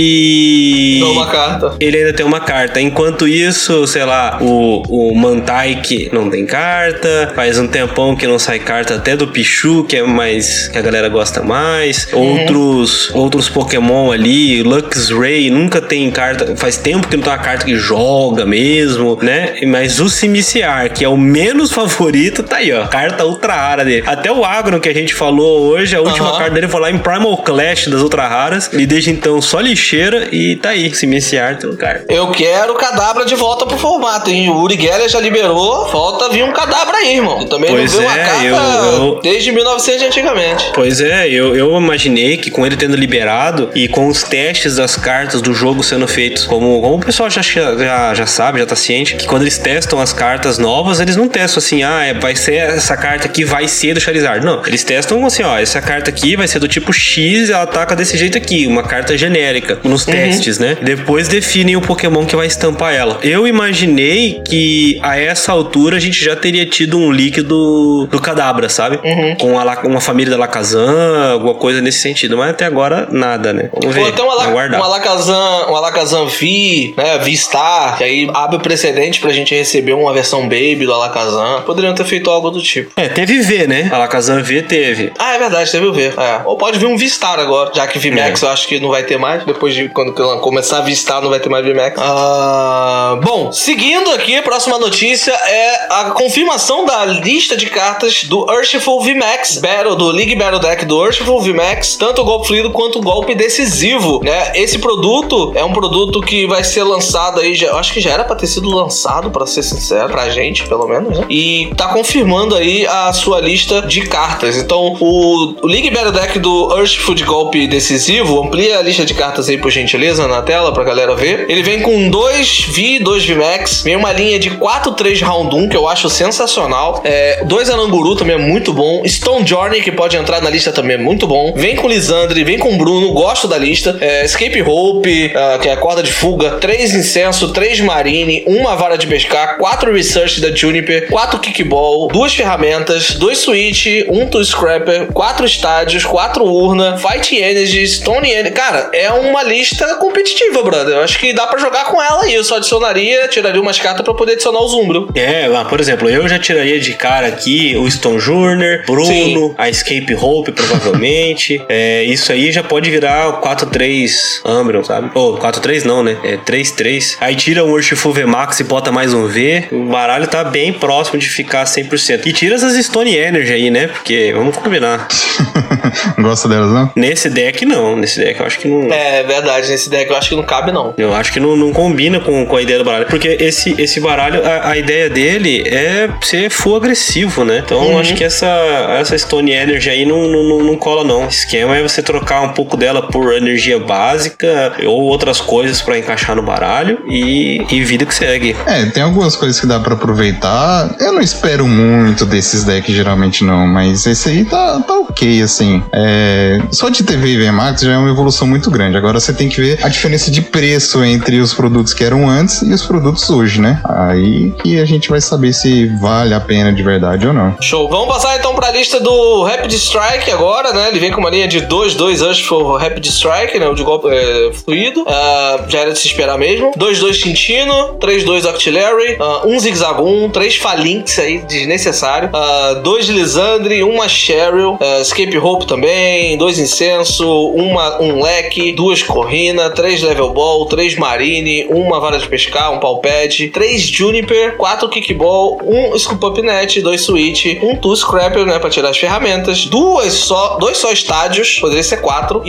ele tem uma carta. Ele ainda tem uma carta. Enquanto isso, sei lá, o, o Mantike não tem carta, faz um tempão que não sai carta até do Pichu, que é mais que a galera gosta mais. Uhum. Outros outros Pokémon ali, Luxray nunca tem carta, faz tempo que não tem uma carta que joga mesmo, né? Mas o Cimiciar, que é o menos favorito, tá aí, ó. Carta ultra rara dele. Até o Agron que a gente falou hoje, a última uhum. carta dele foi lá em Primal Clash das ultra raras, e desde então só lixeira, e tá aí, Cimiciar tem um carta. Eu quero o Kadabra de volta pro formato, hein? O Uri Geller já liberou, falta vir um Kadabra aí, irmão. Eu também pois não vi é, uma carta eu, eu... desde mil e novecentos antigamente. Pois é, eu, eu imaginei que com ele tendo liberado e com os testes das cartas do jogo sendo feitos, como, como o pessoal já, já, já sabe, já tá ciente, que quando eles testam as cartas novas, eles não testam assim, ah, vai ser essa carta aqui vai ser do Charizard. Não, eles testam assim, ó, essa carta aqui vai ser ser do tipo X, ela ataca desse jeito aqui, uma carta genérica, nos uhum. testes, né? Depois definem o Pokémon que vai estampar ela. Eu imaginei que a essa altura a gente já teria tido um leak do, do Kadabra, sabe? Uhum. Com a, uma família da Alakazam, alguma coisa nesse sentido, mas até agora nada, né? Vamos ver. Pô, tem uma, uma Alakazam, uma Alakazam V, né? V-Star, que aí abre o precedente pra gente receber uma versão Baby do Alakazam. Poderiam ter feito algo do tipo. É, teve V, né? Alakazam V teve. Ah, é verdade, teve o V. É. Ou pode vir um V-Star agora, já que V-Max é. eu acho que não vai ter mais. Depois de quando começar a V-Star, não vai ter mais V-Max. Ah, bom, seguindo aqui, a próxima notícia é a confirmação da lista de cartas do Urshifu V-Max Battle, do League Battle Deck do Urshifu V-Max, tanto o golpe fluido quanto o golpe decisivo, né? Esse produto é um produto que vai ser lançado aí, já, eu acho que já era pra ter sido lançado, pra ser sincero, pra gente, pelo menos, né? E tá confirmando aí a sua lista de cartas. Então, o, o League Battle Deck do Urshifu de golpe decisivo, amplia a lista de cartas aí, por gentileza, na tela, pra galera ver. Ele vem com dois V, dois V-Max, vem uma linha de quatro três Round um, que eu acho sensacional. É, dois Ananguru também é muito bom. Stone Journey, que pode entrar na lista também é muito bom. Vem com Lisandre, vem com Bruno, gosto da lista. É, Escape Hope, uh, que é a corda de fuga, três Incenso, três Marine, uma vara de pescar, quatro Research da Juniper, quatro Kickball, duas ferramentas, dois Switch, um Tool Scrapper, quatro estádios, quatro urna, Fight Energy, Stone Energy. Cara, é uma lista competitiva, brother. Eu acho que dá pra jogar com ela aí. Eu só adicionaria, tiraria umas cartas pra poder adicionar os Umbro. É, por exemplo, eu já tiraria de cara aqui o Stone Journer, Bruno, Sim. a Escape Hope, provavelmente. é, isso aí já pode virar quatro três Umbreon, sabe? Ou oh, quatro três não, né? É três três. Aí tira o Urshifu V-Max e bota mais um V. O baralho tá bem próximo de ficar cem por cento. E tira essas Stone Energy aí, né? Porque vamos combinar. Gosta delas, não? Nesse deck, não. Nesse deck eu acho que não... É verdade, nesse deck eu acho que não cabe, não. Eu acho que não, não combina com, com a ideia do baralho. Porque esse, esse baralho, a, a ideia dele é ser full agressivo, né? Então uhum. acho que essa, essa Stone Energy aí não, não, não cola, não. O esquema é você trocar um pouco dela por energia básica ou outras coisas pra encaixar no baralho e, e vida que segue. É, tem algumas coisas que dá pra aproveitar. Eu não espero muito desses decks, geralmente não, mas esse aí tá, tá ok, assim. É, só de T V e V-Max já é uma evolução muito grande. Agora você tem que ver a diferença de preço entre os produtos que eram antes e os produtos hoje, né? Aí que a gente vai saber se vale a pena de verdade ou não. Show. Vamos passar então pra lista do Rapid Strike agora, né? Ele vem com uma linha de dois dois Urshifu Rapid Strike, né? O de golpe é, fluido. Uh, já era de se esperar mesmo. dois dois Tintino, três dois Octillery, uh, um Zigzagoon, três Falinx aí, desnecessário. Uh, dois Lisandre, uma Cheryl, uh, Escape Hope também, dois Incenso, uma, um Leque, duas Corrina, três Level Ball, três Marine, uma Vara de Pescar, um Palpad, três Juniper, quatro Kickball, um Scoop Up Net, dois Switch, um Tool Scrapper, né, pra tirar as ferramentas, duas só, dois só estádios, poderia ser quatro,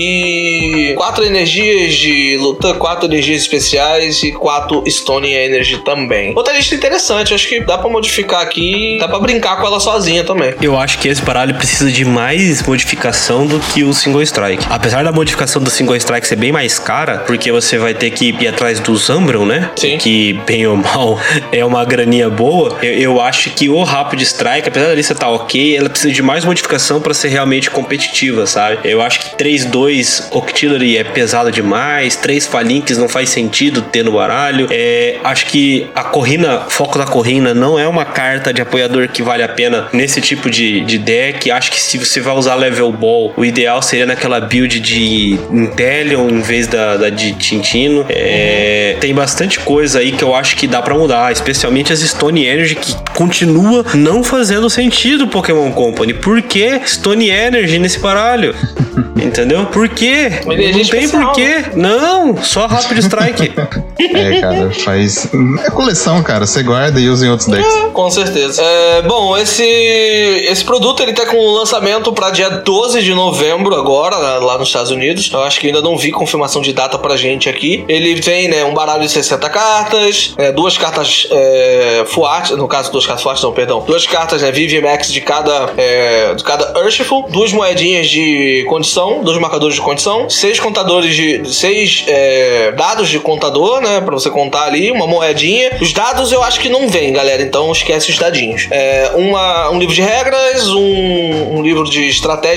e quatro energias de luta, quatro energias especiais e quatro Stone Energy também. Outra lista interessante, acho que dá pra modificar aqui, dá pra brincar com ela sozinha também. Eu acho que esse baralho precisa de mais modificação do que o Single Strike. Apesar da modificação do Single Strike ser bem mais cara, porque você vai ter que ir atrás dos Umbreon, né? Sim. Que, bem ou mal, é uma graninha boa. Eu, eu acho que o Rapid Strike, apesar da lista estar ok, ela precisa de mais modificação pra ser realmente competitiva, sabe? Eu acho que três dois Octillery é pesado demais, três Falinx não faz sentido ter no baralho. É, acho que a Corrina, foco da Corrina, não é uma carta de apoiador que vale a pena nesse tipo de, de deck. Acho que se você vai usar Level Ball, o ideal seria naquela build de Inteleon em vez da, da de Tintino. É, tem bastante coisa aí que eu acho que dá pra mudar, especialmente as Stone Energy, que continua não fazendo sentido Pokémon Company. Por que Stone Energy nesse baralho? Entendeu? Por quê? Não tem especial, por quê. Né? Não, só Rapid Strike. É, cara, faz... É coleção, cara. Você guarda e usa em outros decks. É, com certeza. É, bom, esse, esse produto, ele tá com lançamento pra dia doze de novembro agora, lá nos Estados Unidos. Eu acho que ainda não vi confirmação de data pra gente aqui. Ele vem, né, um baralho de sessenta cartas, né, duas cartas é, Full Art, no caso, duas cartas Full Art, não, perdão. Duas cartas, né, V V Max de cada, é, de cada Urshifu, duas moedinhas de condição, dois marcadores de condição, seis contadores de... seis é, dados de contador, né, pra você contar ali, uma moedinha. Os dados eu acho que não vem, galera, então esquece os dadinhos. É, uma, um livro de regras, um, um livro de estratégias pra você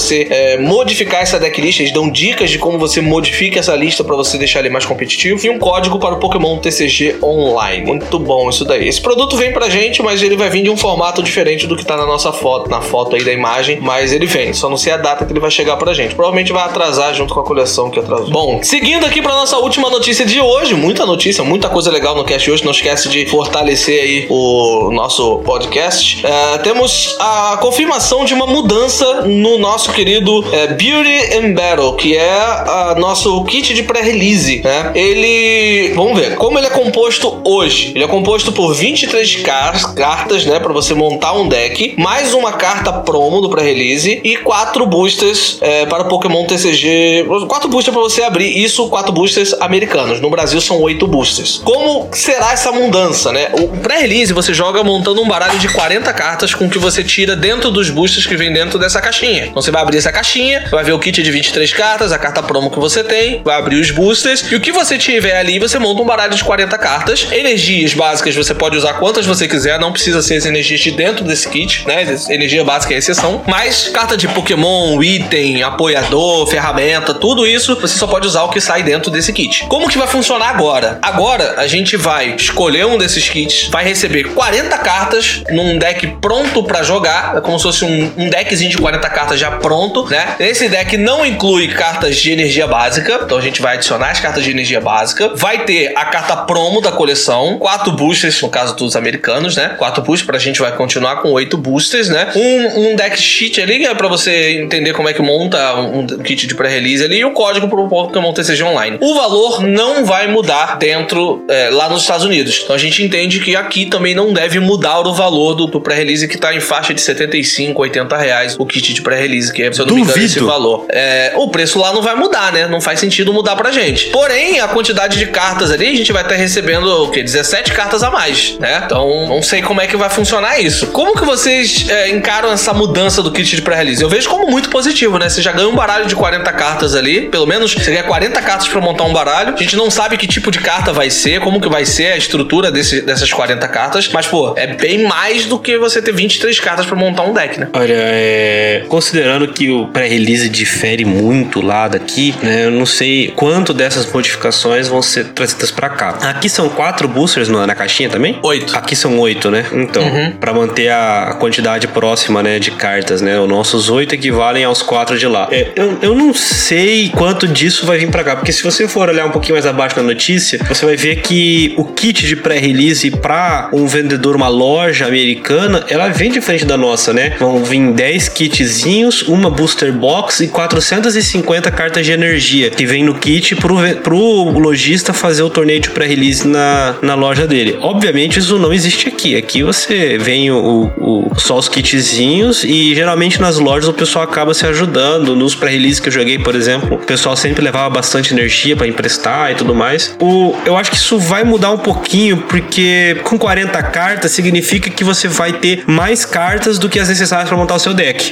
você é, modificar essa decklist. Eles dão dicas de como você modifica essa lista pra você deixar ele mais competitivo. E um código para o Pokémon T C G Online. Muito bom isso daí. Esse produto vem pra gente, mas ele vai vir de um formato diferente do que tá na nossa foto, na foto aí da imagem. Mas ele vem, só não sei a data que ele vai chegar pra gente. Provavelmente vai atrasar junto com a coleção que atrasou. Bom, seguindo aqui pra nossa última notícia de hoje. Muita notícia, muita coisa legal no cast hoje. Não esquece de fortalecer aí o nosso podcast. É, temos a confirmação de uma mudança no nosso querido é, Beauty and Battle, que é a nosso kit de pré-release, né? Ele... Vamos ver. Como ele é composto hoje? Ele é composto por vinte e três car- cartas, né? Pra você montar um deck. Mais uma carta promo do pré-release. E quatro boosters é, para Pokémon T C G... Quatro boosters pra você abrir. Isso, quatro boosters americanos. No Brasil são oito boosters. Como será essa mudança, né? O pré-release você joga montando um baralho de quarenta cartas com que você tira dentro dos boosters que vem dentro dessa caixinha. Então você vai abrir essa caixinha, vai ver o kit de vinte e três cartas, a carta promo que você tem, vai abrir os boosters e o que você tiver ali, você monta um baralho de quarenta cartas. Energias básicas você pode usar quantas você quiser, não precisa ser as energias de dentro desse kit, né? Energia básica é exceção. Mas carta de Pokémon, item, apoiador, ferramenta, tudo isso, você só pode usar o que sai dentro desse kit. Como que vai funcionar agora? Agora a gente vai escolher um desses kits, vai receber quarenta cartas num deck pronto pra jogar, é como se fosse um, um deckzinho de quarenta cartas já pronto, né? Esse deck não inclui cartas de energia básica, então a gente vai adicionar as cartas de energia básica, vai ter a carta promo da coleção, quatro boosters, no caso dos americanos, né? Quatro boosters, pra gente vai continuar com oito boosters, né? Um, um deck sheet ali, é pra você entender como é que monta um, um kit de pré-release ali, e o código pro Pokémon T C G Online. O valor não vai mudar dentro, é, lá nos Estados Unidos. Então a gente entende que aqui também não deve mudar o valor do, do pré-release, que tá em faixa de setenta e cinco, oitenta reais o kit de pré-release, que é, se eu não me engano, esse valor. É, o preço lá não vai mudar, né? Não faz sentido mudar pra gente. Porém, a quantidade de cartas ali, a gente vai estar recebendo o quê? dezessete cartas a mais, né? Então, não sei como é que vai funcionar isso. Como que vocês é, encaram essa mudança do kit de pré-release? Eu vejo como muito positivo, né? Você já ganha um baralho de quarenta cartas ali, pelo menos você ganha quarenta cartas pra montar um baralho. A gente não sabe que tipo de carta vai ser, como que vai ser a estrutura desse, dessas quarenta cartas, mas, pô, é bem mais do que você ter vinte e três cartas pra montar um deck, né? Olha, é... considerando que o pré-release difere muito lá daqui, né? Eu não sei quanto dessas modificações vão ser trazidas pra cá. Aqui são quatro boosters na caixinha também? Oito. Aqui são oito, né? Então, uhum. Pra manter a quantidade próxima, né, de cartas, né? Os nossos oito equivalem aos quatro de lá. É, eu, eu não sei quanto disso vai vir pra cá, porque se você for olhar um pouquinho mais abaixo na notícia, você vai ver que o kit de pré-release pra um vendedor, uma loja americana, ela vem diferente da nossa, né? Vão vir dez kitzinhos, uma booster box e quatrocentas e cinquenta cartas de energia que vem no kit pro, pro lojista fazer o torneio de pré-release na, na loja dele. Obviamente isso não existe aqui. Aqui você vem o, o, só os kitzinhos e geralmente nas lojas o pessoal acaba se ajudando. Nos pré-release que eu joguei, por exemplo, o pessoal sempre levava bastante energia pra emprestar e tudo mais. O, eu acho que isso vai mudar um pouquinho, porque com quarenta cartas significa que você vai ter mais cartas do que as necessárias para montar o seu deck.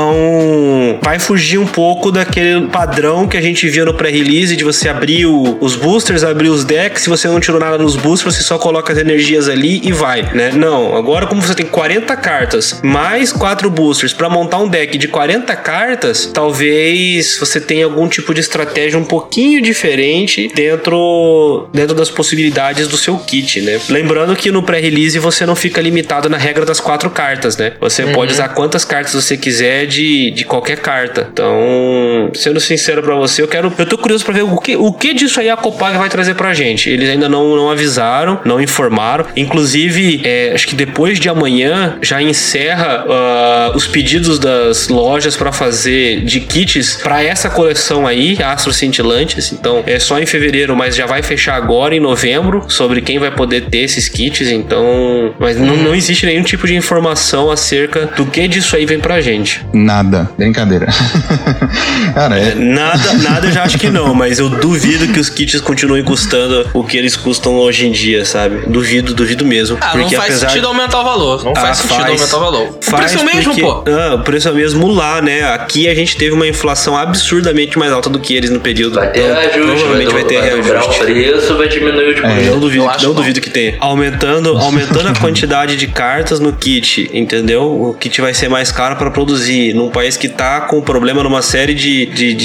Então vai fugir um pouco daquele padrão que a gente via no pré-release de você abrir o, os boosters, abrir os decks. Se você não tirou nada nos boosters, você só coloca as energias ali e vai, né? Não, agora como você tem quarenta cartas mais quatro boosters para montar um deck de quarenta cartas, talvez você tenha algum tipo de estratégia um pouquinho diferente dentro, dentro das possibilidades do seu kit, né? Lembrando que no pré-release você não fica limitado na regra das quatro cartas, né? Você uhum. pode usar quantas cartas você quiser de, de qualquer carta. Então, sendo sincero pra você, eu quero, eu tô curioso pra ver o que, o que disso aí a Copag vai trazer pra gente. Eles ainda não, não avisaram, não informaram. Inclusive, é, acho que depois de amanhã já encerra uh, os pedidos das lojas pra fazer de kits pra essa coleção aí, Astro Cintilantes. Então, é só em fevereiro, mas já vai fechar agora em novembro sobre quem vai poder ter esses kits. Então, mas não, não existe nenhum tipo de informação acerca do que disso aí vem pra gente. Nada. Brincadeira. Cara, é... Nada, nada eu já acho que não, mas eu duvido que os kits continuem custando o que eles custam hoje em dia, sabe? Duvido, duvido mesmo. Ah, porque não faz apesar... sentido aumentar o valor. Não Ah, faz sentido faz. aumentar o valor. O Faz preço é o mesmo, porque... pô. Ah, o preço é o mesmo lá, né? Aqui a gente teve uma inflação absurdamente mais alta do que eles no período. Vai ter Então, reajuste, provavelmente vai, vai ter vai dobrar o reajuste. preço, vai diminuir o de É, Não duvido, Eu acho não bom. duvido que tenha. Aumentando, aumentando a quantidade de cartas no kit, entendeu? O kit vai ser mais caro para produzir. Num país que tá com problema numa série de, de,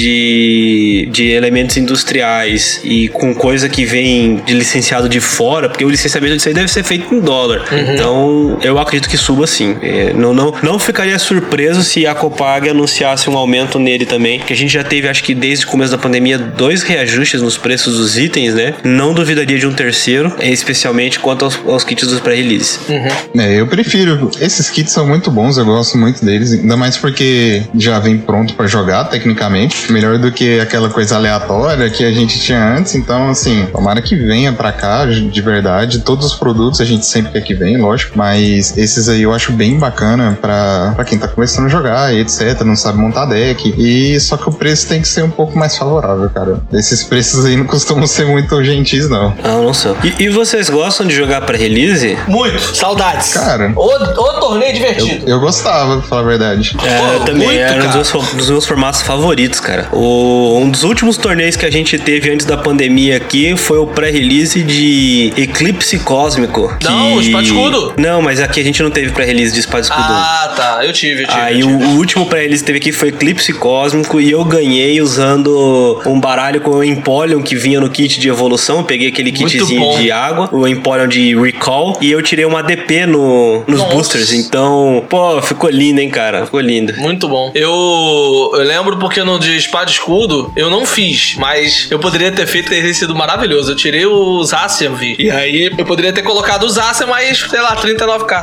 de, de elementos industriais e com coisa que vem de licenciado de fora, porque o licenciamento disso aí deve ser feito em dólar. Uhum. Então, eu acredito que suba sim. É, não, não, não ficaria surpreso se a Copag anunciasse um aumento nele também, que a gente já teve, acho que desde o começo da pandemia, dois reajustes nos preços dos itens, né? Não duvidaria de um terceiro, especialmente quanto aos, aos kits dos pré-release. É, eu prefiro. Esses kits são muito bons, eu gosto muito deles. Ainda mais porque já vem pronto pra jogar, tecnicamente. Melhor do que aquela coisa aleatória que a gente tinha antes. Então, assim, tomara que venha pra cá, de verdade. Todos os produtos a gente sempre quer que venha, lógico. Mas esses aí eu acho bem bacana pra, pra quem tá começando a jogar e etcétera. Não sabe montar deck. E só que o preço tem que ser um pouco mais favorável, cara. Esses preços aí não costumam ser muito gentis, não. Ah, não são. E, e vocês gostam de jogar pré-release? Muito. Saudades. Cara, O, o torneio divertido. eu, eu gostava, pra falar a verdade. É, Pô, eu também muito, era um cara. dos meus, dos meus formatos favoritos, cara. O, um dos últimos torneios que a gente teve antes da pandemia aqui foi o pré-release de Eclipse Cósmico. que- Não, o Espada e Escudo. Não, mas aqui a gente não teve pré-release de Espada e Escudo. Ah, tá. Eu tive, eu tive. Aí eu o, tive. o último pré-release que teve aqui foi Eclipse Cósmico e eu ganhei usando um baralho com o Empoleon que vinha no kit de evolução. Eu peguei aquele Muito kitzinho bom. de água, o Empoleon de Recall, e eu tirei uma D P no, nos Nossa. boosters. Então, pô, ficou lindo, hein, cara? Ficou lindo. Muito bom. Eu, eu lembro porque no de Espada e Escudo eu não fiz, mas eu poderia ter feito teria sido maravilhoso. Eu tirei o Zacian, vi. E aí eu poderia ter colocado o Zacian, mas, sei lá, trinta e nove k.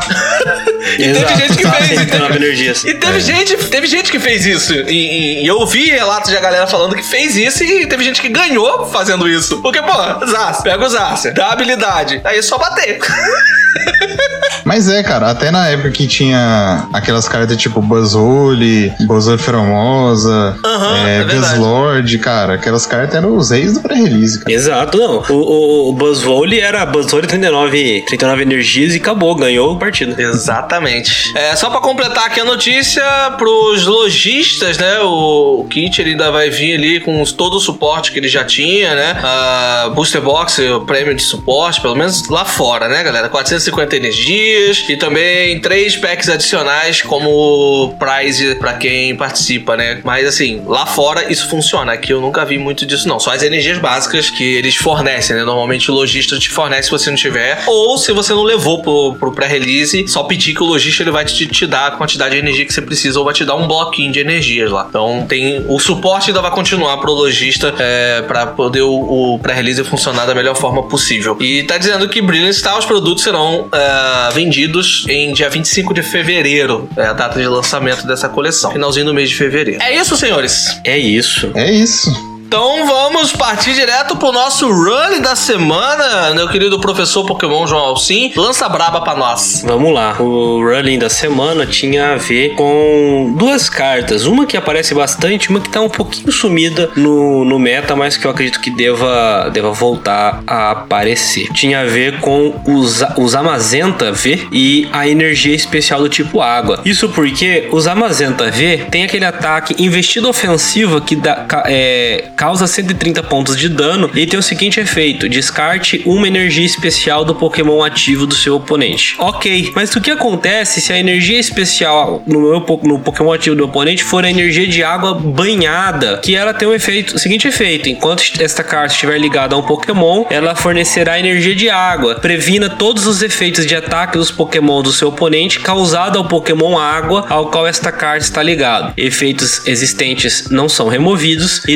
E Exato, teve gente que Zacian, fez. E trinta e nove teve, energias. e teve gente, teve gente que fez isso. E, e- e eu ouvi relatos de a galera falando que fez isso e teve gente que ganhou fazendo isso. Porque, pô, Zacian, pega o Zacian, dá habilidade. Aí é só bater. Mas é, cara, até na época que tinha aquelas cartas tipo Buzzwole, Buzzwole Feromosa, Aham, é, é verdade. Buzzlord, cara, aquelas cartas eram os reis do pré-release, cara. Exato, não. O, o, o Buzzwole era Buzzwole trinta e nove, trinta e nove energias e acabou, ganhou o partido. Exatamente. É, só pra completar aqui a notícia, pros lojistas, né? O, o kit ele ainda vai vir ali com os- todo o suporte que ele já tinha, né? A Booster Box, o prêmio de suporte, pelo menos lá fora, né, galera? quatrocentas e cinquenta energias e também três packs adicionais como prize pra quem participa, né? Mas assim, lá fora isso funciona. Aqui eu nunca vi muito disso, não. Só as energias básicas que eles fornecem, né? Normalmente o lojista te fornece se você não tiver, ou se você não levou pro, pro pré-release, só pedir que o lojista ele vai te, te dar a quantidade de energia que você precisa ou vai te dar um bloquinho de energias lá. Então tem o suporte ainda vai continuar pro lojista é, para poder o, o pré-release funcionar da melhor forma possível. E tá dizendo que Brilliant Star, os produtos serão é, vendidos em dia vinte e cinco de fevereiro, é a data de lançamento dessa coleção, finalzinho do mês de fevereiro. É isso, senhores. É isso. É isso. Então vamos partir direto pro nosso run da semana, meu querido professor Pokémon João Alcim. Lança braba pra nós. Vamos lá. O running da semana tinha a ver com duas cartas. Uma que aparece bastante, uma que tá um pouquinho sumida no, no meta, mas que eu acredito que deva, deva voltar a aparecer. Tinha a ver com os, os Zamazenta V e a energia especial do tipo água. Isso porque os Zamazenta V tem aquele ataque investida ofensiva que dá, é, causa cento e trinta pontos de dano e tem o seguinte efeito: descarte uma energia especial do Pokémon ativo do seu oponente. Ok, mas o que acontece se a energia especial no, meu, no Pokémon ativo do oponente for a energia de água banhada? Que ela tem o efeito, o seguinte efeito: enquanto esta carta estiver ligada a um Pokémon, ela fornecerá energia de água. Previna todos os efeitos de ataque dos Pokémon do seu oponente causado ao Pokémon água ao qual esta carta está ligado. Efeitos existentes não são removidos e dano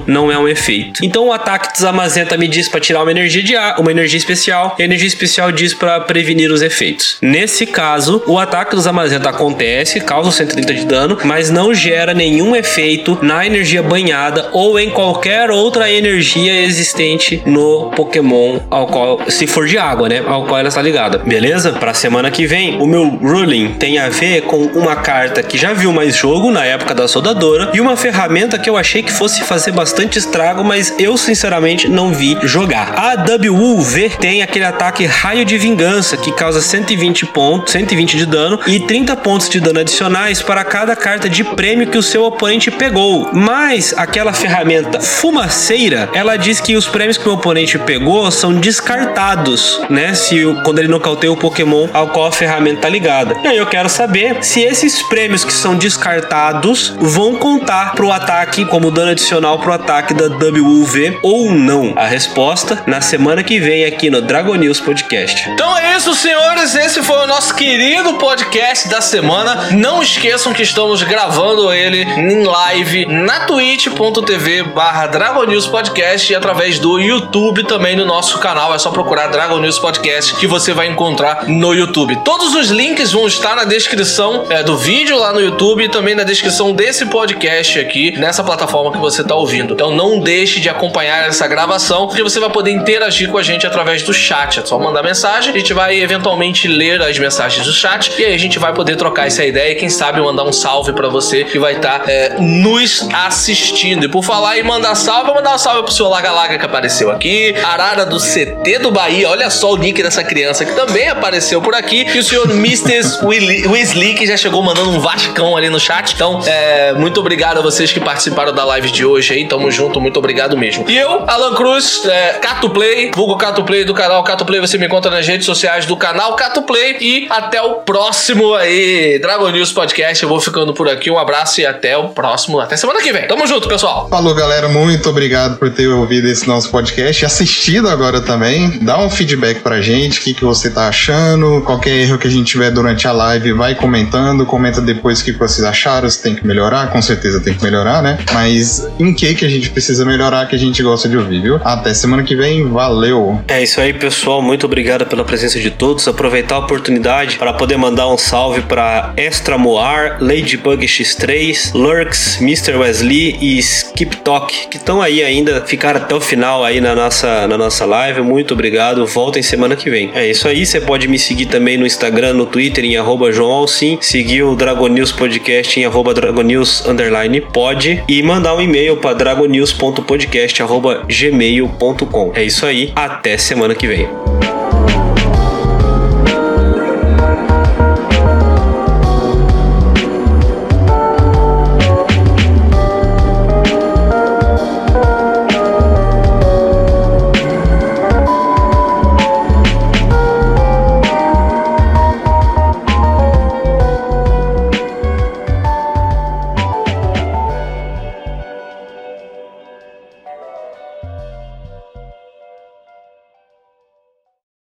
não é um efeito. Então o ataque de Zamazenta me diz para tirar uma energia de ar, uma energia especial, e a energia especial diz para prevenir os efeitos. Nesse caso, o ataque do Zamazenta acontece, causa cento e trinta de dano, mas não gera nenhum efeito na energia banhada ou em qualquer outra energia existente no Pokémon ao qual, se for de água, né, ao qual ela está ligada. Beleza? Para a semana que vem, o meu ruling tem a ver com uma carta que já viu mais jogo na época da soldadora e uma ferramenta que eu achei que fosse fazer bastante estrago, mas eu sinceramente não vi jogar. A W U V tem aquele ataque Raio de Vingança que causa cento e vinte pontos, cento e vinte de dano e trinta pontos de dano adicionais para cada carta de prêmio que o seu oponente pegou. Mas aquela ferramenta Fumaceira, ela diz que os prêmios que o oponente pegou são descartados, né? Se quando ele nocauteia o Pokémon ao qual a ferramenta tá ligada. E aí eu quero saber se esses prêmios que são descartados vão contar pro ataque como dano adicional pro ataque da W U V ou não. A resposta na semana que vem aqui no Dragon News Podcast. Então é isso, senhores. Esse foi o nosso querido podcast da semana. Não esqueçam que estamos gravando ele em live na twitch ponto tv barra Dragon News Podcast e através do YouTube também no nosso canal. É só procurar Dragon News Podcast que você vai encontrar no YouTube. Todos os links vão estar na descrição é, do vídeo lá no YouTube e também na descrição desse podcast aqui, nessa plataforma que você está ouvindo. Então não deixe de acompanhar essa gravação, porque você vai poder interagir com a gente através do chat. É só mandar mensagem, a gente vai eventualmente ler as mensagens do chat e aí a gente vai poder trocar essa ideia e quem sabe mandar um salve pra você que vai estar tá, é, nos assistindo. E por falar em mandar salve, vou mandar um salve pro senhor Laga Laga que apareceu aqui, Arara do C T do Bahia, olha só o nick dessa criança que também apareceu por aqui, e o senhor mister Weasley que já chegou mandando um vascão ali no chat. Então, é, muito obrigado a vocês que participaram da live de hoje aí, tamo junto, muito obrigado mesmo. E eu, Alan Cruz, é, Cato Play, vulgo Cato Play do canal Cato Play, você me encontra nas redes sociais do canal Cato Play e até o próximo aí, Dragon News Podcast. Eu vou ficando por aqui, um abraço e até o próximo, até semana que vem. Tamo junto, pessoal. Falou, galera, muito obrigado por ter ouvido esse nosso podcast e assistido agora também. Dá um feedback pra gente, o que, que você tá achando, qualquer erro que a gente tiver durante a live, vai comentando, comenta depois o que vocês acharam, se tem que melhorar, com certeza tem que melhorar, né? Mas em que que a gente precisa melhorar, que a gente gosta de ouvir, viu? Até semana que vem, valeu! É isso aí, pessoal, muito obrigado pela presença de todos, aproveitar a oportunidade para poder mandar um salve para Extra Moar, Ladybug X três, Lurks, mister Weasley e Skip Talk, que estão aí ainda, ficaram até o final aí na nossa, na nossa live, muito obrigado, voltem semana que vem. É isso aí, você pode me seguir também no Instagram, no Twitter, em arroba João Alcim, seguir o Dragon News Podcast em arroba Dragon News underline pod e mandar um e-mail para dragonews ponto podcast arroba gmail ponto com. É isso aí, até semana que vem.